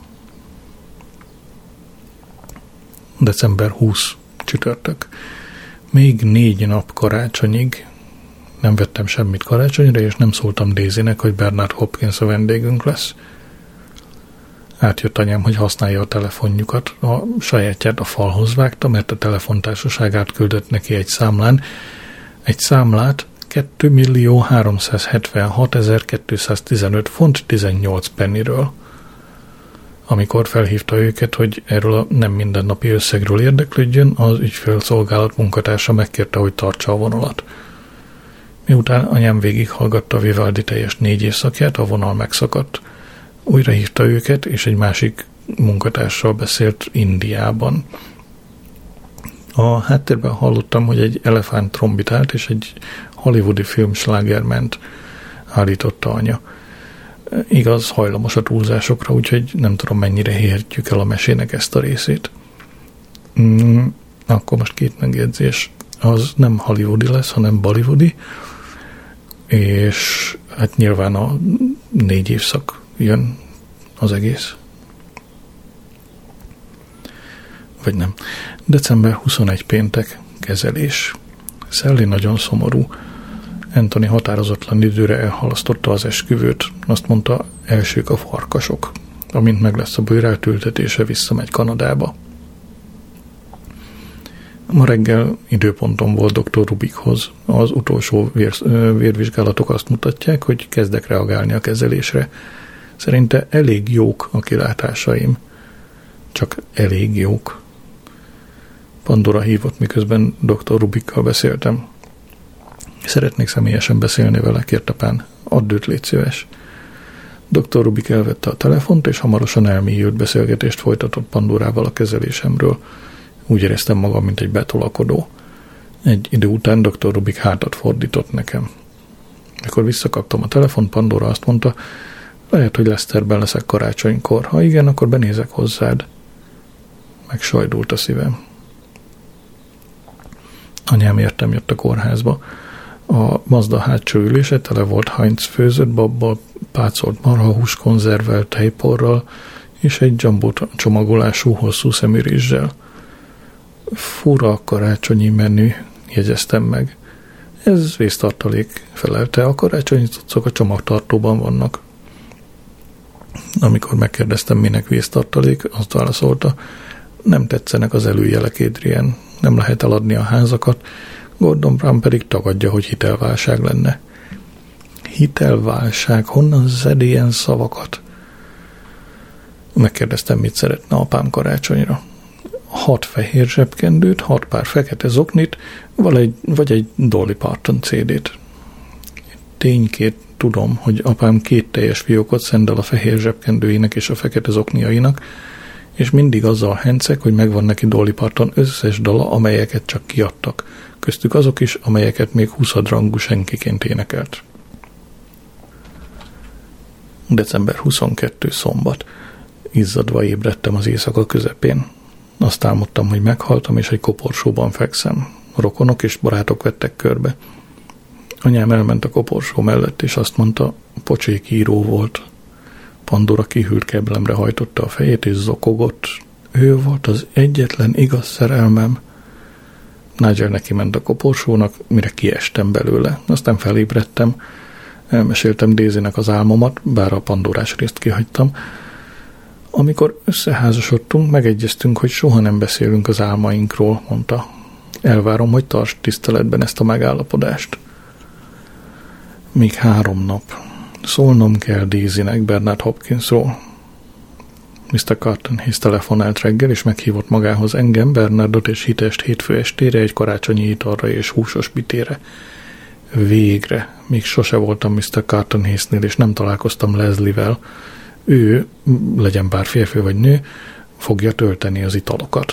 december huszadika csütörtök. Még négy nap karácsonyig nem vettem semmit karácsonyra, és nem szóltam Daisynek, hogy Bernard Hopkins a vendégünk lesz. Átjött anyám, hogy használja a telefonjukat. A sajátját a falhoz vágta, mert a telefontársaság küldött neki egy számlán, egy számlát kétmillió háromszázhetvenhatezer-kétszáztizenöt font tizennyolc penniről. Amikor felhívta őket, hogy erről a nem mindennapi összegről érdeklődjön, az ügyfélszolgálat munkatársa megkérte, hogy tartsa a vonalat. Miután anyám végighallgatta a Vivaldi teljes négy évszakját, a vonal megszakadt. Újra hívta őket, és egy másik munkatársal beszélt Indiában. A háttérben hallottam, hogy egy elefánt trombitált, és egy hollywoodi filmsláger ment, állította anya. Igaz, hajlamos a túlzásokra, úgyhogy nem tudom, mennyire hihetjük el a mesének ezt a részét. Mm, akkor most két megjegyzés. Az nem hollywoodi lesz, hanem bollywoodi, és hát nyilván a négy évszak jön az egész. Vagy nem. december huszonegyedike péntek, kezelés. Sally nagyon szomorú. Anthony határozatlan időre elhalasztotta az esküvőt. Azt mondta, elsők a farkasok. Amint meg lesz a bőrelt ültetése, visszamegy Kanadába. Ma reggel időpontom volt doktor Rubikhoz. Az utolsó vér, vérvizsgálatok azt mutatják, hogy kezdek reagálni a kezelésre. Szerinte elég jók a kilátásaim. Csak elég jók. Pandora hívott, miközben doktor Rubikkal beszéltem. Szeretnék személyesen beszélni vele, kérte Pán. Add őt, légy szíves. doktor Rubik elvette a telefont, és hamarosan elmélyült beszélgetést folytatott Pandorával a kezelésemről. Úgy éreztem magam, mint egy betolakodó. Egy idő után doktor Rubik hátat fordított nekem. Mikor visszakaptam a telefont, Pandora azt mondta, lehet, hogy Leicesterben leszek karácsonykor. Ha igen, akkor benézek hozzád. Megsajdult a szívem. Anyám értem jött a kórházba. A Mazda hátsó ülése tele volt Heinz főzött babbal, pácolt marhahús konzervvel, tejporral és egy jumbo csomagolású hosszú szemű rizssel. Fura a karácsonyi menü, jegyeztem meg. Ez vésztartalék, felelte, a karácsonyi cuccok a csomagtartóban vannak. Amikor megkérdeztem, minek vésztartalék, azt válaszolta, nem tetszenek az előjelek, Adrian, nem lehet eladni a házakat, Gordon Brown pedig tagadja, hogy hitelválság lenne. Hitelválság? Honnan szed ilyen szavakat? Megkérdeztem, mit szeretne apám karácsonyra. Hat fehér zsebkendőt, hat pár fekete zoknit, vagy egy, vagy egy Dolly Parton cé dét. Tényként tudom, hogy apám két teljes fiókot szendel a fehér zsebkendőinek és a fekete zokniainak, és mindig azzal henceg, hogy megvan neki Dolly Parton összes dala, amelyeket csak kiadtak. Köztük azok is, amelyeket még huszadrangú senkiként énekelt. december huszonkettő szombat. Izzadva ébredtem az éjszaka közepén. Azt álmodtam, hogy meghaltam, és egy koporsóban fekszem. Rokonok és barátok vettek körbe. Anyám elment a koporsó mellett, és azt mondta, pocsék író volt. Pandora kihűlt keblemre hajtotta a fejét, és zokogott. Ő volt az egyetlen igaz szerelmem. Nigel neki ment a koporsónak, mire kiestem belőle. Aztán felébredtem. Elmeséltem Daisynek az álmomat, bár a pandorás részt kihagytam. Amikor összeházasodtunk, megegyeztünk, hogy soha nem beszélünk az álmainkról, mondta. Elvárom, hogy tartsd tiszteletben ezt a megállapodást. Még három nap. Szólnom kell Daisynek Bernard Hopkinsról. miszter Carton-hez telefonált reggel, és meghívott magához engem, Bernardot és Hitest hétfő estére egy karácsonyi italra és húsos bitére. Végre. Még sose voltam miszter Carton-hésznél, és nem találkoztam Leslie-vel. Ő, legyen bár férfi vagy nő, fogja tölteni az italokat.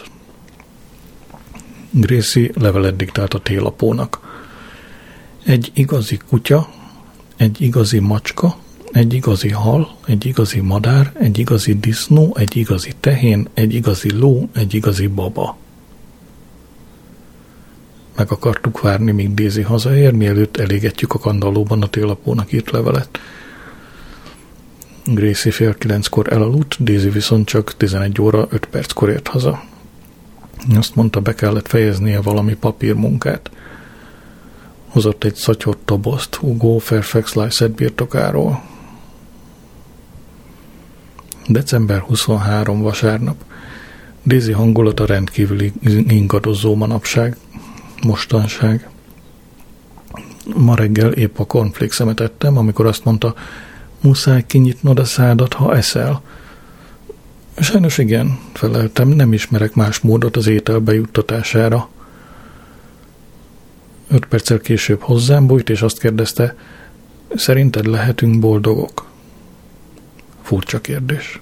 Gracie levelet diktált a télapónak. Egy igazi kutya, egy igazi macska, egy igazi hal, egy igazi madár, egy igazi disznó, egy igazi tehén, egy igazi ló, egy igazi baba. Meg akartuk várni, míg Daisy hazaér, mielőtt elégetjük a kandallóban a télapónak írt levelet. Gracie fél kilenckor elaludt, Daisy viszont csak tizenegy óra öt perckor ért haza. Azt mondta, be kellett fejeznie valami papírmunkát. Hozott egy szatyor tobozt Hugo Fairfax Lycett birtokáról. december huszonharmadika vasárnap. Daisy hangulata rendkívüli ingadozó manapság, mostanság. Ma reggel épp a cornflakes-emet ettem, amikor azt mondta, muszáj kinyitnod a szádat, ha eszel. Sajnos igen, feleltem, nem ismerek más módot az étel bejuttatására. Öt perccel később hozzám bújt, és azt kérdezte, szerinted lehetünk boldogok? Furcsa kérdés.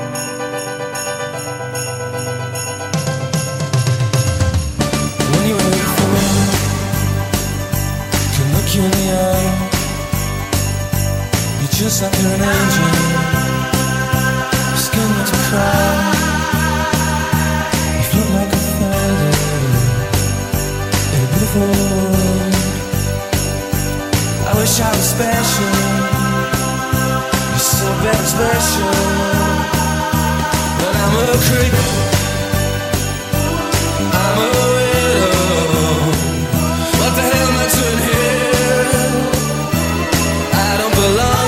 Just like you're an angel, your skin makes me cry. You float like a feather in a beautiful world. I wish I was special. You're so very special, but I'm a creep. I'm a widow. What the hell am I doing here? I don't belong.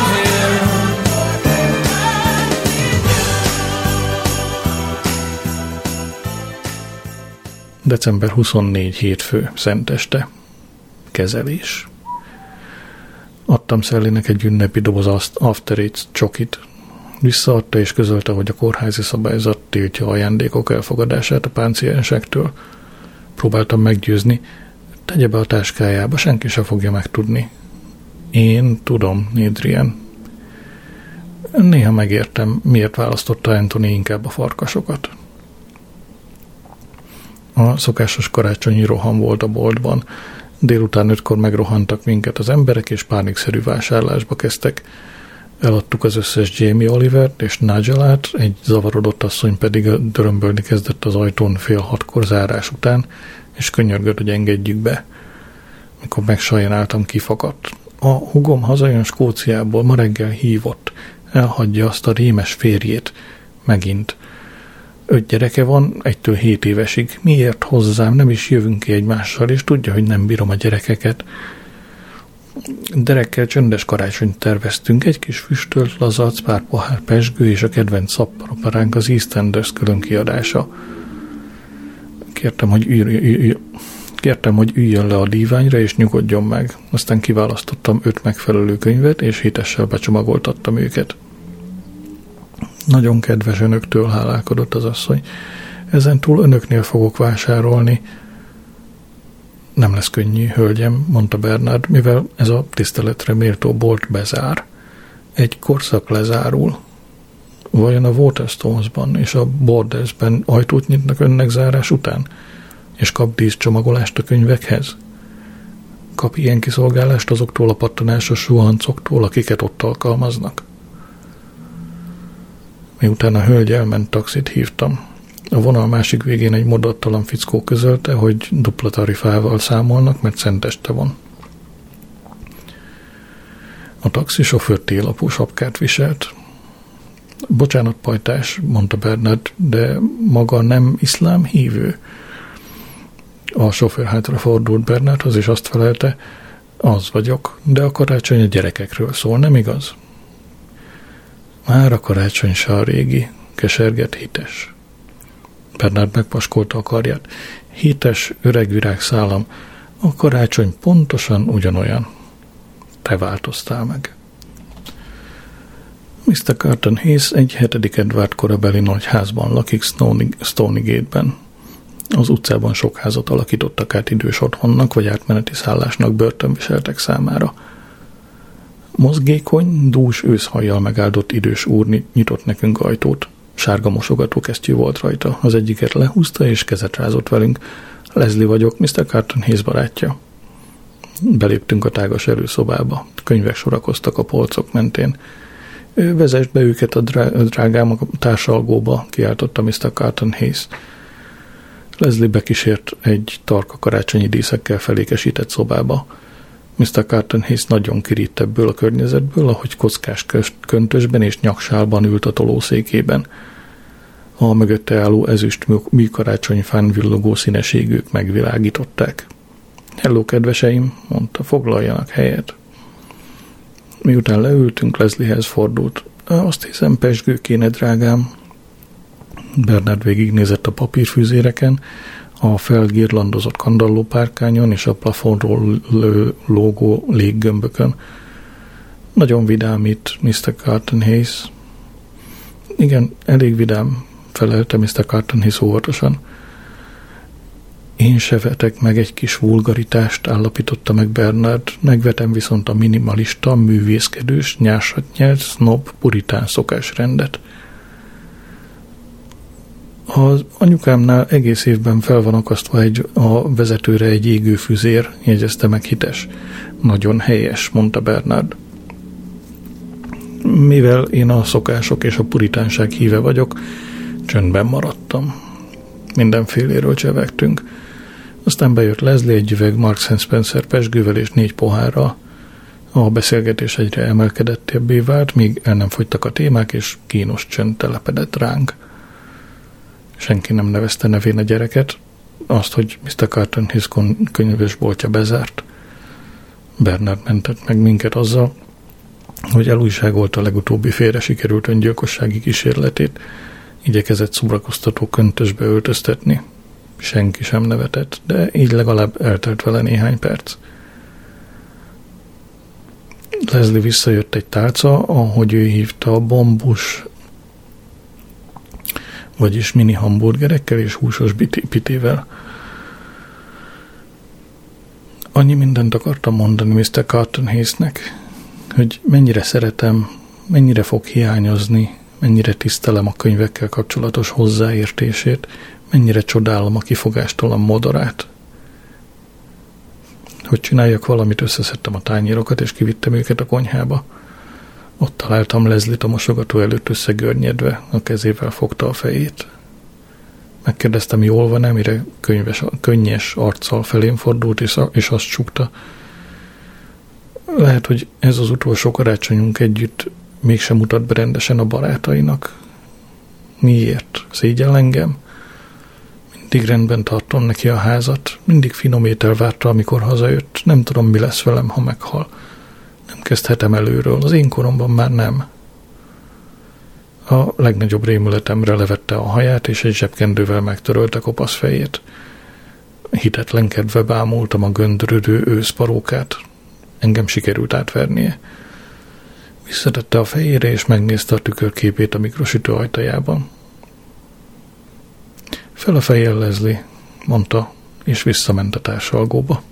december huszonnégy hétfő, szenteste. Kezelés. Adtam Sallynek egy ünnepi doboz After Eight csokit. Visszaadta és közölte, hogy a kórházi szabályzat tiltja ajándékok elfogadását a páciensektől. Próbáltam meggyőzni, tegye be a táskájába, senki se fogja megtudni. Én tudom, Adrian. Néha megértem, miért választotta Anthony inkább a farkasokat. A szokásos karácsonyi roham volt a boltban. Délután ötkor megrohantak minket az emberek, és pánikszerű vásárlásba kezdtek. Eladtuk az összes Jamie Olivert és Nigelát, egy zavarodott asszony pedig dörömbölni kezdett az ajtón fél hatkor zárás után, és könyörgött, hogy engedjük be. Mikor megsajnáltam, kifakadt. A hugom hazajön Skóciából, ma reggel hívott. Elhagyja azt a rémes férjét. Megint. Öt gyereke van, egytől hét évesig. Miért hozzám? Nem is jövünk ki egymással, és tudja, hogy nem bírom a gyerekeket. Derekkel csöndes karácsonyt terveztünk, egy kis füstölt lazac, pár pohár pezsgő és a kedvenc szapparoperánk az EastEnders külön kiadása. Kértem, hogy ülj, ülj, kértem, hogy üljön le a díványra és nyugodjon meg. Aztán kiválasztottam öt megfelelő könyvet, és hétessel becsomagoltattam őket. Nagyon kedves önöktől, hálálkodott az asszony. Ezentúl önöknél fogok vásárolni. Nem lesz könnyű, hölgyem, mondta Bernard, mivel ez a tiszteletre méltó bolt bezár. Egy korszak lezárul. Vajon a Waterstones-ban és a Bordersben ajtót nyitnak önnek zárás után? És kap díszcsomagolást a könyvekhez? Kap ilyen kiszolgálást azoktól a pattanásos suhancoktól, akiket ott alkalmaznak? Miután a hölgy elment, taxit hívtam. A vonal másik végén egy modattalan fickó közölte, hogy dupla tarifával számolnak, mert szenteste van. A taxisofőr télapú sapkát viselt. Bocsánat, pajtás, mondta Bernard, de maga nem iszlám hívő. A sofőr hátra fordult Bernardhoz, és azt felelte, az vagyok, de a karácsony a gyerekekről szól, nem igaz? Már a karácsony se a régi, keserget hites. Bernard megpaskolta a karját. Hites, öreg virágszálam, a karácsony pontosan ugyanolyan. Te változtál meg. miszter Carton Hayes egy hetedik Edward korabeli nagyházban lakik Stonygate-ben. Az utcában sok házat alakítottak át idős otthonnak, vagy átmeneti szállásnak börtönviseltek számára. Mozgékony, dús őszhajjal megáldott idős úr nyitott nekünk ajtót. Sárga mosogatókesztyű volt rajta. Az egyiket lehúzta és kezet rázott velünk. Leslie vagyok, miszter Carton Hayes barátja. Beléptünk a tágas előszobába. Könyvek sorakoztak a polcok mentén. Ő vezess be őket a, drá- a drágám a társalgóba, kiáltotta miszter Carton Hayes. Leslie bekísért egy tarka karácsonyi díszekkel felékesített szobába. miszter Carton Hayes nagyon kirít ebből a környezetből, ahogy kockás köntösben és nyaksálban ült a tolószékében. A mögötte álló ezüst műkarácsonyfán villogó színeségük megvilágították. Hello, kedveseim, mondta, foglaljanak helyet. Miután leültünk, Lesliehez fordult. Azt hiszem, pezsgő kéne, drágám. Bernard végignézett a papírfűzéreken, a felgirlandozott kandallópárkányon és a plafonról lógó léggömbökön. Nagyon vidám itt, miszter Carton Hayes. Igen, elég vidám, felelte miszter Carton Hayes óvatosan. Én se vetek meg egy kis vulgaritást, állapította meg Bernard, megvetem viszont a minimalista, művészkedős, nyársat nyert, sznob, puritán szokásrendet. Az anyukámnál egész évben fel van akasztva egy, a vezetőre egy égőfüzér, jegyezte meg hites. Nagyon helyes, mondta Bernard. Mivel én a szokások és a puritánság híve vagyok, csöndben maradtam. Mindenféléről csevegtünk. Aztán bejött Leslie egy üveg Marks and Spencer pezsgővel és négy pohárral. A beszélgetés egyre emelkedettebbé vált, míg el nem fogytak a témák, és kínos csönd telepedett ránk. Senki nem nevezte nevén a gyereket, azt, hogy miszter Carton Hayes könyvesboltja bezárt. Bernard mentett meg minket azzal, hogy elújságolta a legutóbbi félre sikerült öngyilkossági kísérletét, igyekezett szórakoztató köntösbe öltöztetni. senki sem nevetett, de így legalább eltelt vele néhány perc. Leslie visszajött egy tálca, ahogy ő hívta, bombus, vagyis mini hamburgerekkel és húsos pitével. Annyi mindent akartam mondani miszter Carlton Hayesnek, hogy mennyire szeretem, mennyire fog hiányozni, mennyire tisztelem a könyvekkel kapcsolatos hozzáértését, mennyire csodálom a kifogástalan modorát. Hogy csináljak valamit, összeszedtem a tányérokat, és kivittem őket a konyhába. Ott találtam Leslie-t a mosogató előtt összegörnyedve, a kezével fogta a fejét. Megkérdeztem, jól van-e, mire könyves, könnyes arccal felém fordult, és, és azt csukta. Lehet, hogy ez az utolsó karácsonyunk együtt mégsem mutat be rendesen a barátainak. Miért? Szégyell engem? Mindig rendben tartom neki a házat, mindig finom étel várta, amikor hazajött. Nem tudom, mi lesz velem, ha meghal. Nem kezdhetem előről, az én koromban már nem. A legnagyobb rémületemre levette a haját, és egy zsebkendővel megtörölte kopasz fejét. Hitetlenkedve bámultam a göndörödő őszparókát. Engem sikerült átvernie. Visszatette a fejére, és megnézte a tükörképét a mikrosütő ajtajában. Fel a fejjel, Leslie, mondta, és visszament a társalgóba.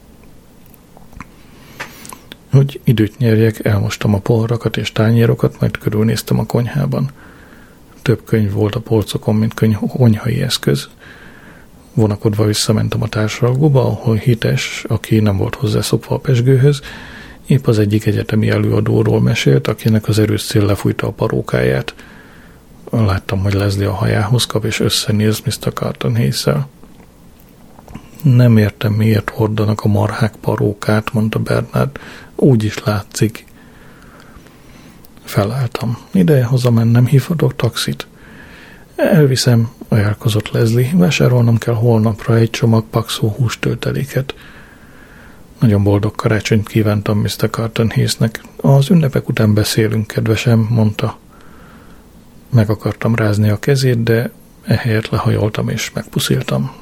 Hogy időt nyerjek, elmostam a poharakat és tányérokat, majd körülnéztem a konyhában. Több könyv volt a polcokon, mint konyhai eszköz. Vonakodva visszamentem a társalgóba, ahol Hites, aki nem volt hozzászokva a pezsgőhöz, épp az egyik egyetemi előadóról mesélt, akinek az erős szél lefújta a parókáját. Láttam, hogy Leslie a hajához kap, és összenéz miszter Carlton Hayes-szel. Nem értem, miért hordanak a marhák parókát, mondta Bernard. Úgy is látszik. Felálltam. Ideje hazamennem, hívhatok taxit. Elviszem, ajánlkozott Leslie. Vásárolnom kell holnapra egy csomag pakszó hústölteléket. Nagyon boldog karácsonyt kívántam miszter Carlton Hayesnek. Az ünnepek után beszélünk, kedvesem, mondta. Meg akartam rázni a kezét, de ehelyett lehajoltam és megpusziltam.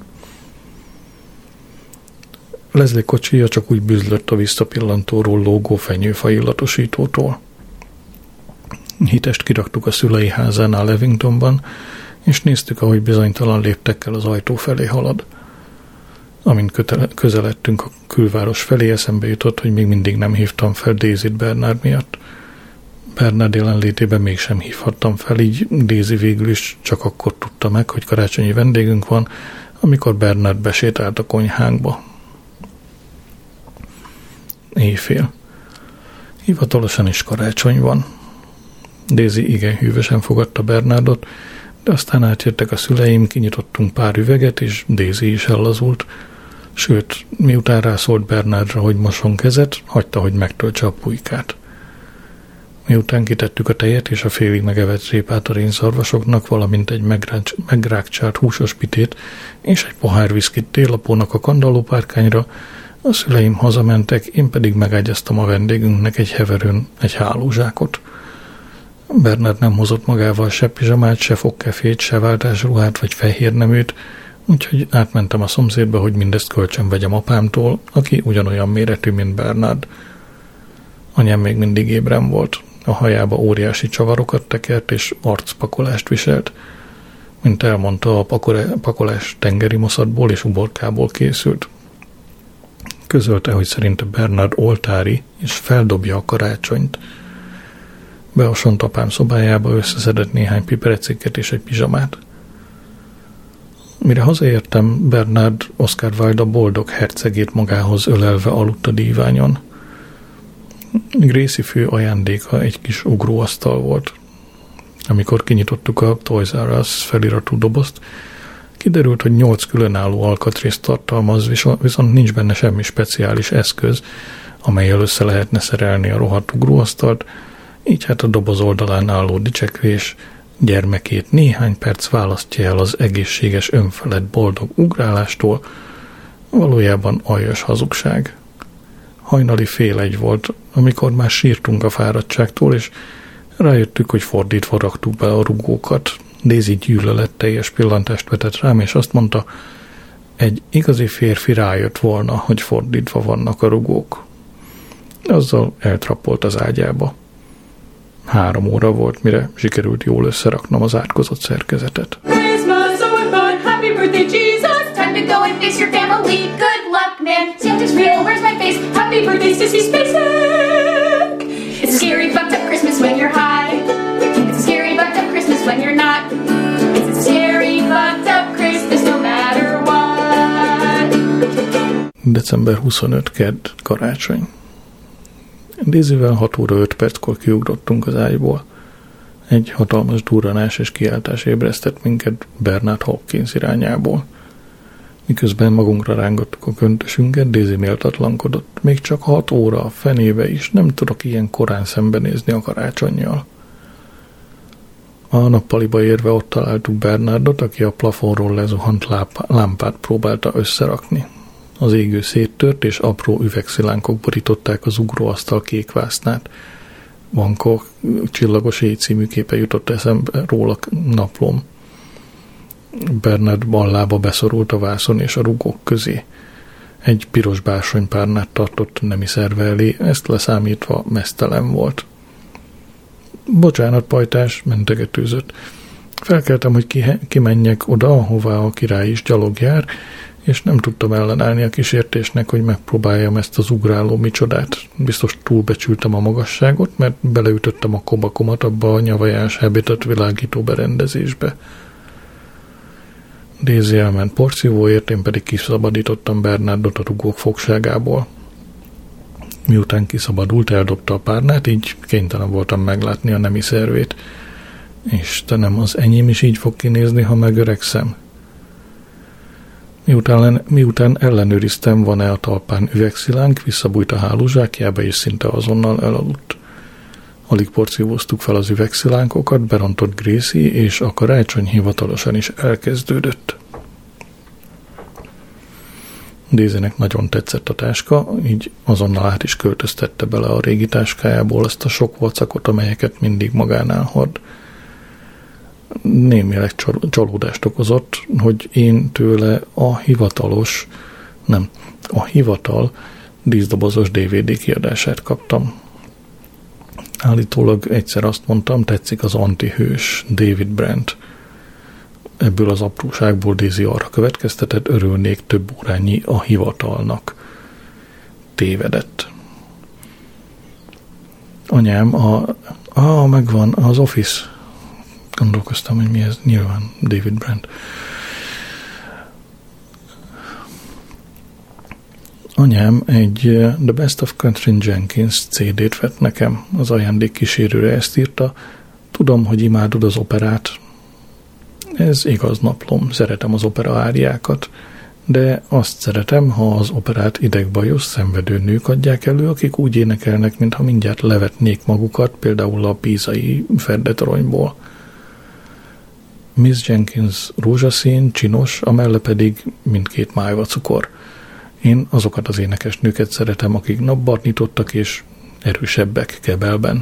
Leslie kocsija csak úgy bűzlött a visszapillantóról lógó fenyőfa illatosítótól. Hitest kiraktuk a szülei házánál Levingtonban, és néztük, ahogy bizonytalan léptekkel az ajtó felé halad. Amint kötele- közeledtünk a külváros felé, eszembe jutott, hogy még mindig nem hívtam fel Daisyt Bernard miatt. Bernard jelenlétében mégsem hívhattam fel, így Daisy végül is csak akkor tudta meg, hogy karácsonyi vendégünk van, amikor Bernard besétált a konyhánkba. Éjfél. Hivatalosan is karácsony van. Daisy igen hűvösen fogadta Bernardot, de aztán átjöttek a szüleim, kinyitottunk pár üveget, és Daisy is ellazult. Sőt, miután rászólt Bernardra, hogy mosson kezet, hagyta, hogy megtöltse a pulykát. Miután kitettük a tejet és a félig megevett répát a rénszarvasoknak, valamint egy megrákcsált húsos pitét és egy pohár viszkit télapónak a kandallópárkányra, a szüleim hazamentek, én pedig megágyaztam a vendégünknek egy heverőn egy hálózsákot. Bernard nem hozott magával se pizsamát, se fogkefét, se váltásruhát vagy fehérneműt, úgyhogy átmentem a szomszédba, hogy mindezt kölcsön vegyem apámtól, aki ugyanolyan méretű, mint Bernard. Anyám még mindig ébren volt. A hajába óriási csavarokat tekert és arcpakolást viselt. Mint elmondta, a pakolás tengeri moszatból és uborkából készült. Közölte, hogy szerinte Bernard oltári és feldobja a karácsonyt. Beosont apám szobájába, összeszedett néhány piperecikket és egy pizsamát. Mire hazaértem, Bernard Oscar Wilde a boldog hercegét magához ölelve aludt a díványon. Gracie fő ajándéka egy kis ugróasztal volt. Amikor kinyitottuk a Toys R Us feliratú dobozt, kiderült, hogy nyolc különálló alkatrészt tartalmaz, viszont nincs benne semmi speciális eszköz, amellyel össze lehetne szerelni a rohadt ugróasztalt, így hát a doboz oldalán álló dicsekvés gyermekét néhány perc választja el az egészséges önfelett boldog ugrálástól, valójában aljas hazugság. Hajnali fél egy volt, amikor már sírtunk a fáradtságtól, és rájöttük, hogy fordítva raktuk be a rugókat. Daisy gyűlölet teljes pillantást vetett rám, és azt mondta, egy igazi férfi rájött volna, hogy fordítva vannak a rugók. Azzal eltrappolt az ágyába. Három óra volt, mire sikerült jól összeraknom az átkozott szerkezetet. Christmas, so fun, happy birthday Jesus, time to go and face your family, good luck man, Santa's real, where's my face, happy birthday sissy spacek. It's a scary fucked up Christmas when you're high, it's a scary fucked up Christmas when you're not, it's a scary fucked up Christmas no matter what. december huszonötödike kedd, karácsony. Daisyvel hat óra öt perckor kiugrottunk az ágyból. Egy hatalmas durranás és kiáltás ébresztett minket Bernard Hopkins irányából. Miközben magunkra rángottuk a köntösünket, Daisy méltatlankodott. Még csak hat óra a fenébe is, nem tudok ilyen korán szembenézni a karácsonnyal. A nappaliba érve ott találtuk Bernardot, aki a plafonról lezuhant lámpát próbálta összerakni. Az égő széttört, és apró üvegszilánkok borították az ugróasztal kékvásznát. Vankó csillagos éj című képe jutott eszembe róla naplom. Bernard ballába beszorult a vászon és a rugók közé. Egy piros bársonypárnát tartott nemi szerve elé, ezt leszámítva meztelen volt. Bocsánat, pajtás, mentegetőzött. Felkeltem, hogy kimenjek oda, ahová a király is gyalog jár, és nem tudtam ellenállni a kísértésnek, hogy megpróbáljam ezt az ugráló micsodát. Biztos túlbecsültem a magasságot, mert beleütöttem a kobakomat abba a nyavajás habitat világító berendezésbe. Daisy elment porszívóért, én pedig kiszabadítottam Bernardot a rugók fogságából. Miután kiszabadult, eldobta a párnát, így kénytelen voltam meglátni a nemi szervét. Istenem, az enyém is így fog kinézni, ha megöregszem. Miután, miután ellenőriztem, van-e a talpán üvegszilánk, visszabújt a hálózsákjába, és szinte azonnal elaludt. Alig porszívóztuk fel az üvegszilánkokat, berontott Gracie, és a karácsony hivatalosan is elkezdődött. Daisynek nagyon tetszett a táska, így azonnal át is költöztette bele a régi táskájából azt a sok vacakot, amelyeket mindig magánál hord. Némileg csalódást okozott, hogy én tőle a hivatalos, nem, a hivatal díszdobozos dé vé dé kiadását kaptam. Állítólag egyszer azt mondtam, tetszik az antihős, David Brent. Ebből az apróságból Daisy arra következtetett, örülnék több órányi a hivatalnak. Tévedett. Anyám, a, a megvan, az Office. Gondolkoztam, hogy mi ez, nyilván David Brent. Anyám egy The Best of Katherine Jenkins cé dét vett nekem, az ajándék kísérőre ezt írta. Tudom, hogy imádod az operát. Ez igaz, naplom, szeretem az opera áriákat, de azt szeretem, ha az operát idegbajos, szenvedő nők adják elő, akik úgy énekelnek, mintha mindjárt levetnék magukat, például a pízai ferdetoronyból. Miss Jenkins rózsaszín, csinos, amelle pedig mindkét májva cukor. Én azokat az énekes nőket szeretem, akik napban nyitottak és erősebbek kebelben.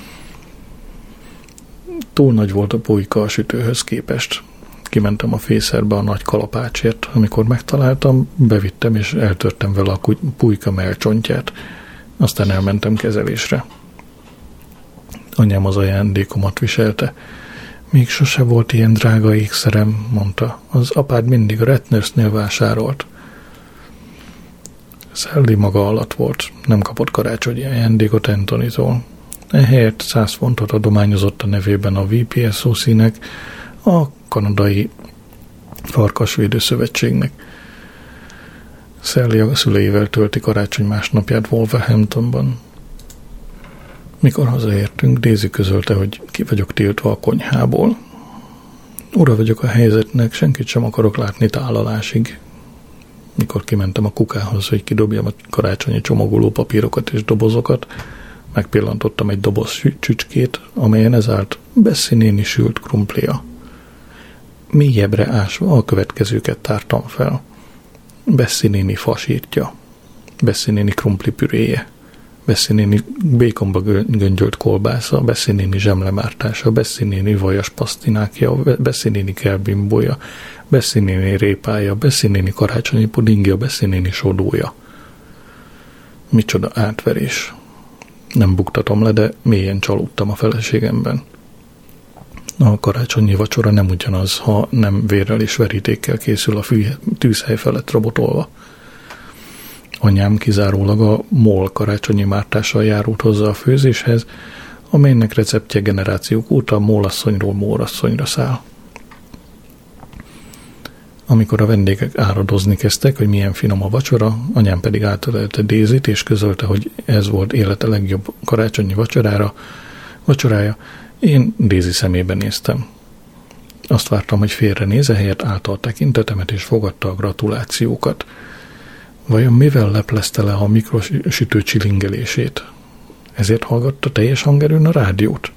Túl nagy volt a pulyka a sütőhöz képest. Kimentem a fészerbe a nagy kalapácsért. Amikor megtaláltam, bevittem és eltörtem vele a pulyka mellcsontját. Aztán elmentem kezelésre. Anyám az ajándékomat viselte. Még sose volt ilyen drága ékszerem, mondta. Az apád mindig a Ratnersnél vásárolt. Sally maga alatt volt. Nem kapott karácsonyi ajándékot Anthonytól. Ehelyett száz fontot adományozott a nevében a vé pé es o cé-nek, a kanadai farkasvédő szövetségnek. Sally a szüleivel tölti karácsony másnapját Wolverhamptonban. Mikor hazaértünk, Daisy közölte, hogy ki vagyok tiltva a konyhából. Ura vagyok a helyzetnek, senkit sem akarok látni tálalásig. Mikor kimentem a kukához, hogy kidobjam a karácsonyi csomagoló papírokat és dobozokat, megpillantottam egy doboz csücskét, amelyen ez állt Bessie néni sült krumplia. Mélyebbre ásva a következőket tártam fel. Bessie néni fasírtja. Bessie néni krumplipüréje. Bessi néni békonba göngyölt kolbásza, Bessi néni zsemlemártása, Bessi néni vajas pasztinákja, Bessi néni kelbimbója, Bessi néni répája, Bessi néni karácsonyi pudingja, Bessi néni sodója. Micsoda átverés. Nem buktatom le, de mélyen csalódtam a feleségemben. A karácsonyi vacsora nem ugyanaz, ha nem vérrel és verítékkel készül a fű, tűzhely felett robotolva. Anyám kizárólag a MOL karácsonyi mártással járult hozzá a főzéshez, amelynek receptje generációk óta mólasszonyról mórasszonyra száll. Amikor a vendégek áradozni kezdtek, hogy milyen finom a vacsora, anyám pedig átölelte Daisy-t, és közölte, hogy ez volt élete legjobb karácsonyi vacsorára, vacsorája, én Daisy szemébe néztem. Azt vártam, hogy félre néze, helyett állta a tekintetemet, és fogadta a gratulációkat. Vajon mivel leplezte le a mikrosütő csilingelését? Ezért hallgatta teljes hangerőn a rádiót?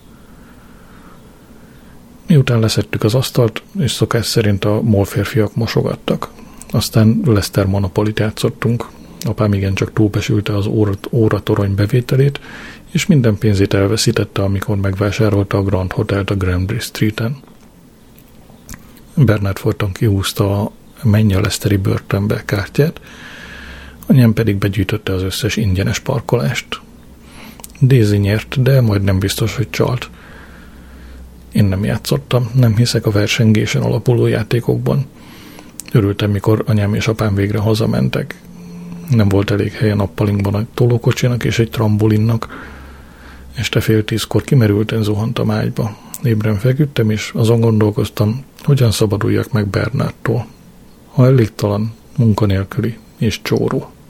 Miután leszettük az asztalt, és szokás szerint a MOL férfiak mosogattak. Aztán Lester Monopolit játszottunk. Apám igencsak túlbesülte az óratorony bevételét, és minden pénzét elveszítette, amikor megvásárolta a Grand Hotelt a Granbury Streeten. Bernard folyton kihúzta a Menj a Lesteri börtönbe kártyát, anyám pedig begyűjtötte az összes ingyenes parkolást. Daisy nyert, de majdnem biztos, hogy csalt. Én nem játszottam, nem hiszek a versengésen alapuló játékokban. Örültem, mikor anyám és apám végre hazamentek. Nem volt elég hely a nappalinkban a tolókocsinak és egy trambolinnak. Este fél tízkor kimerülten zuhantam ágyba. Ébren feküdtem, és azon gondolkoztam, hogyan szabaduljak meg Bernardtól. Ha elégtalan, munkanélküli és csóró.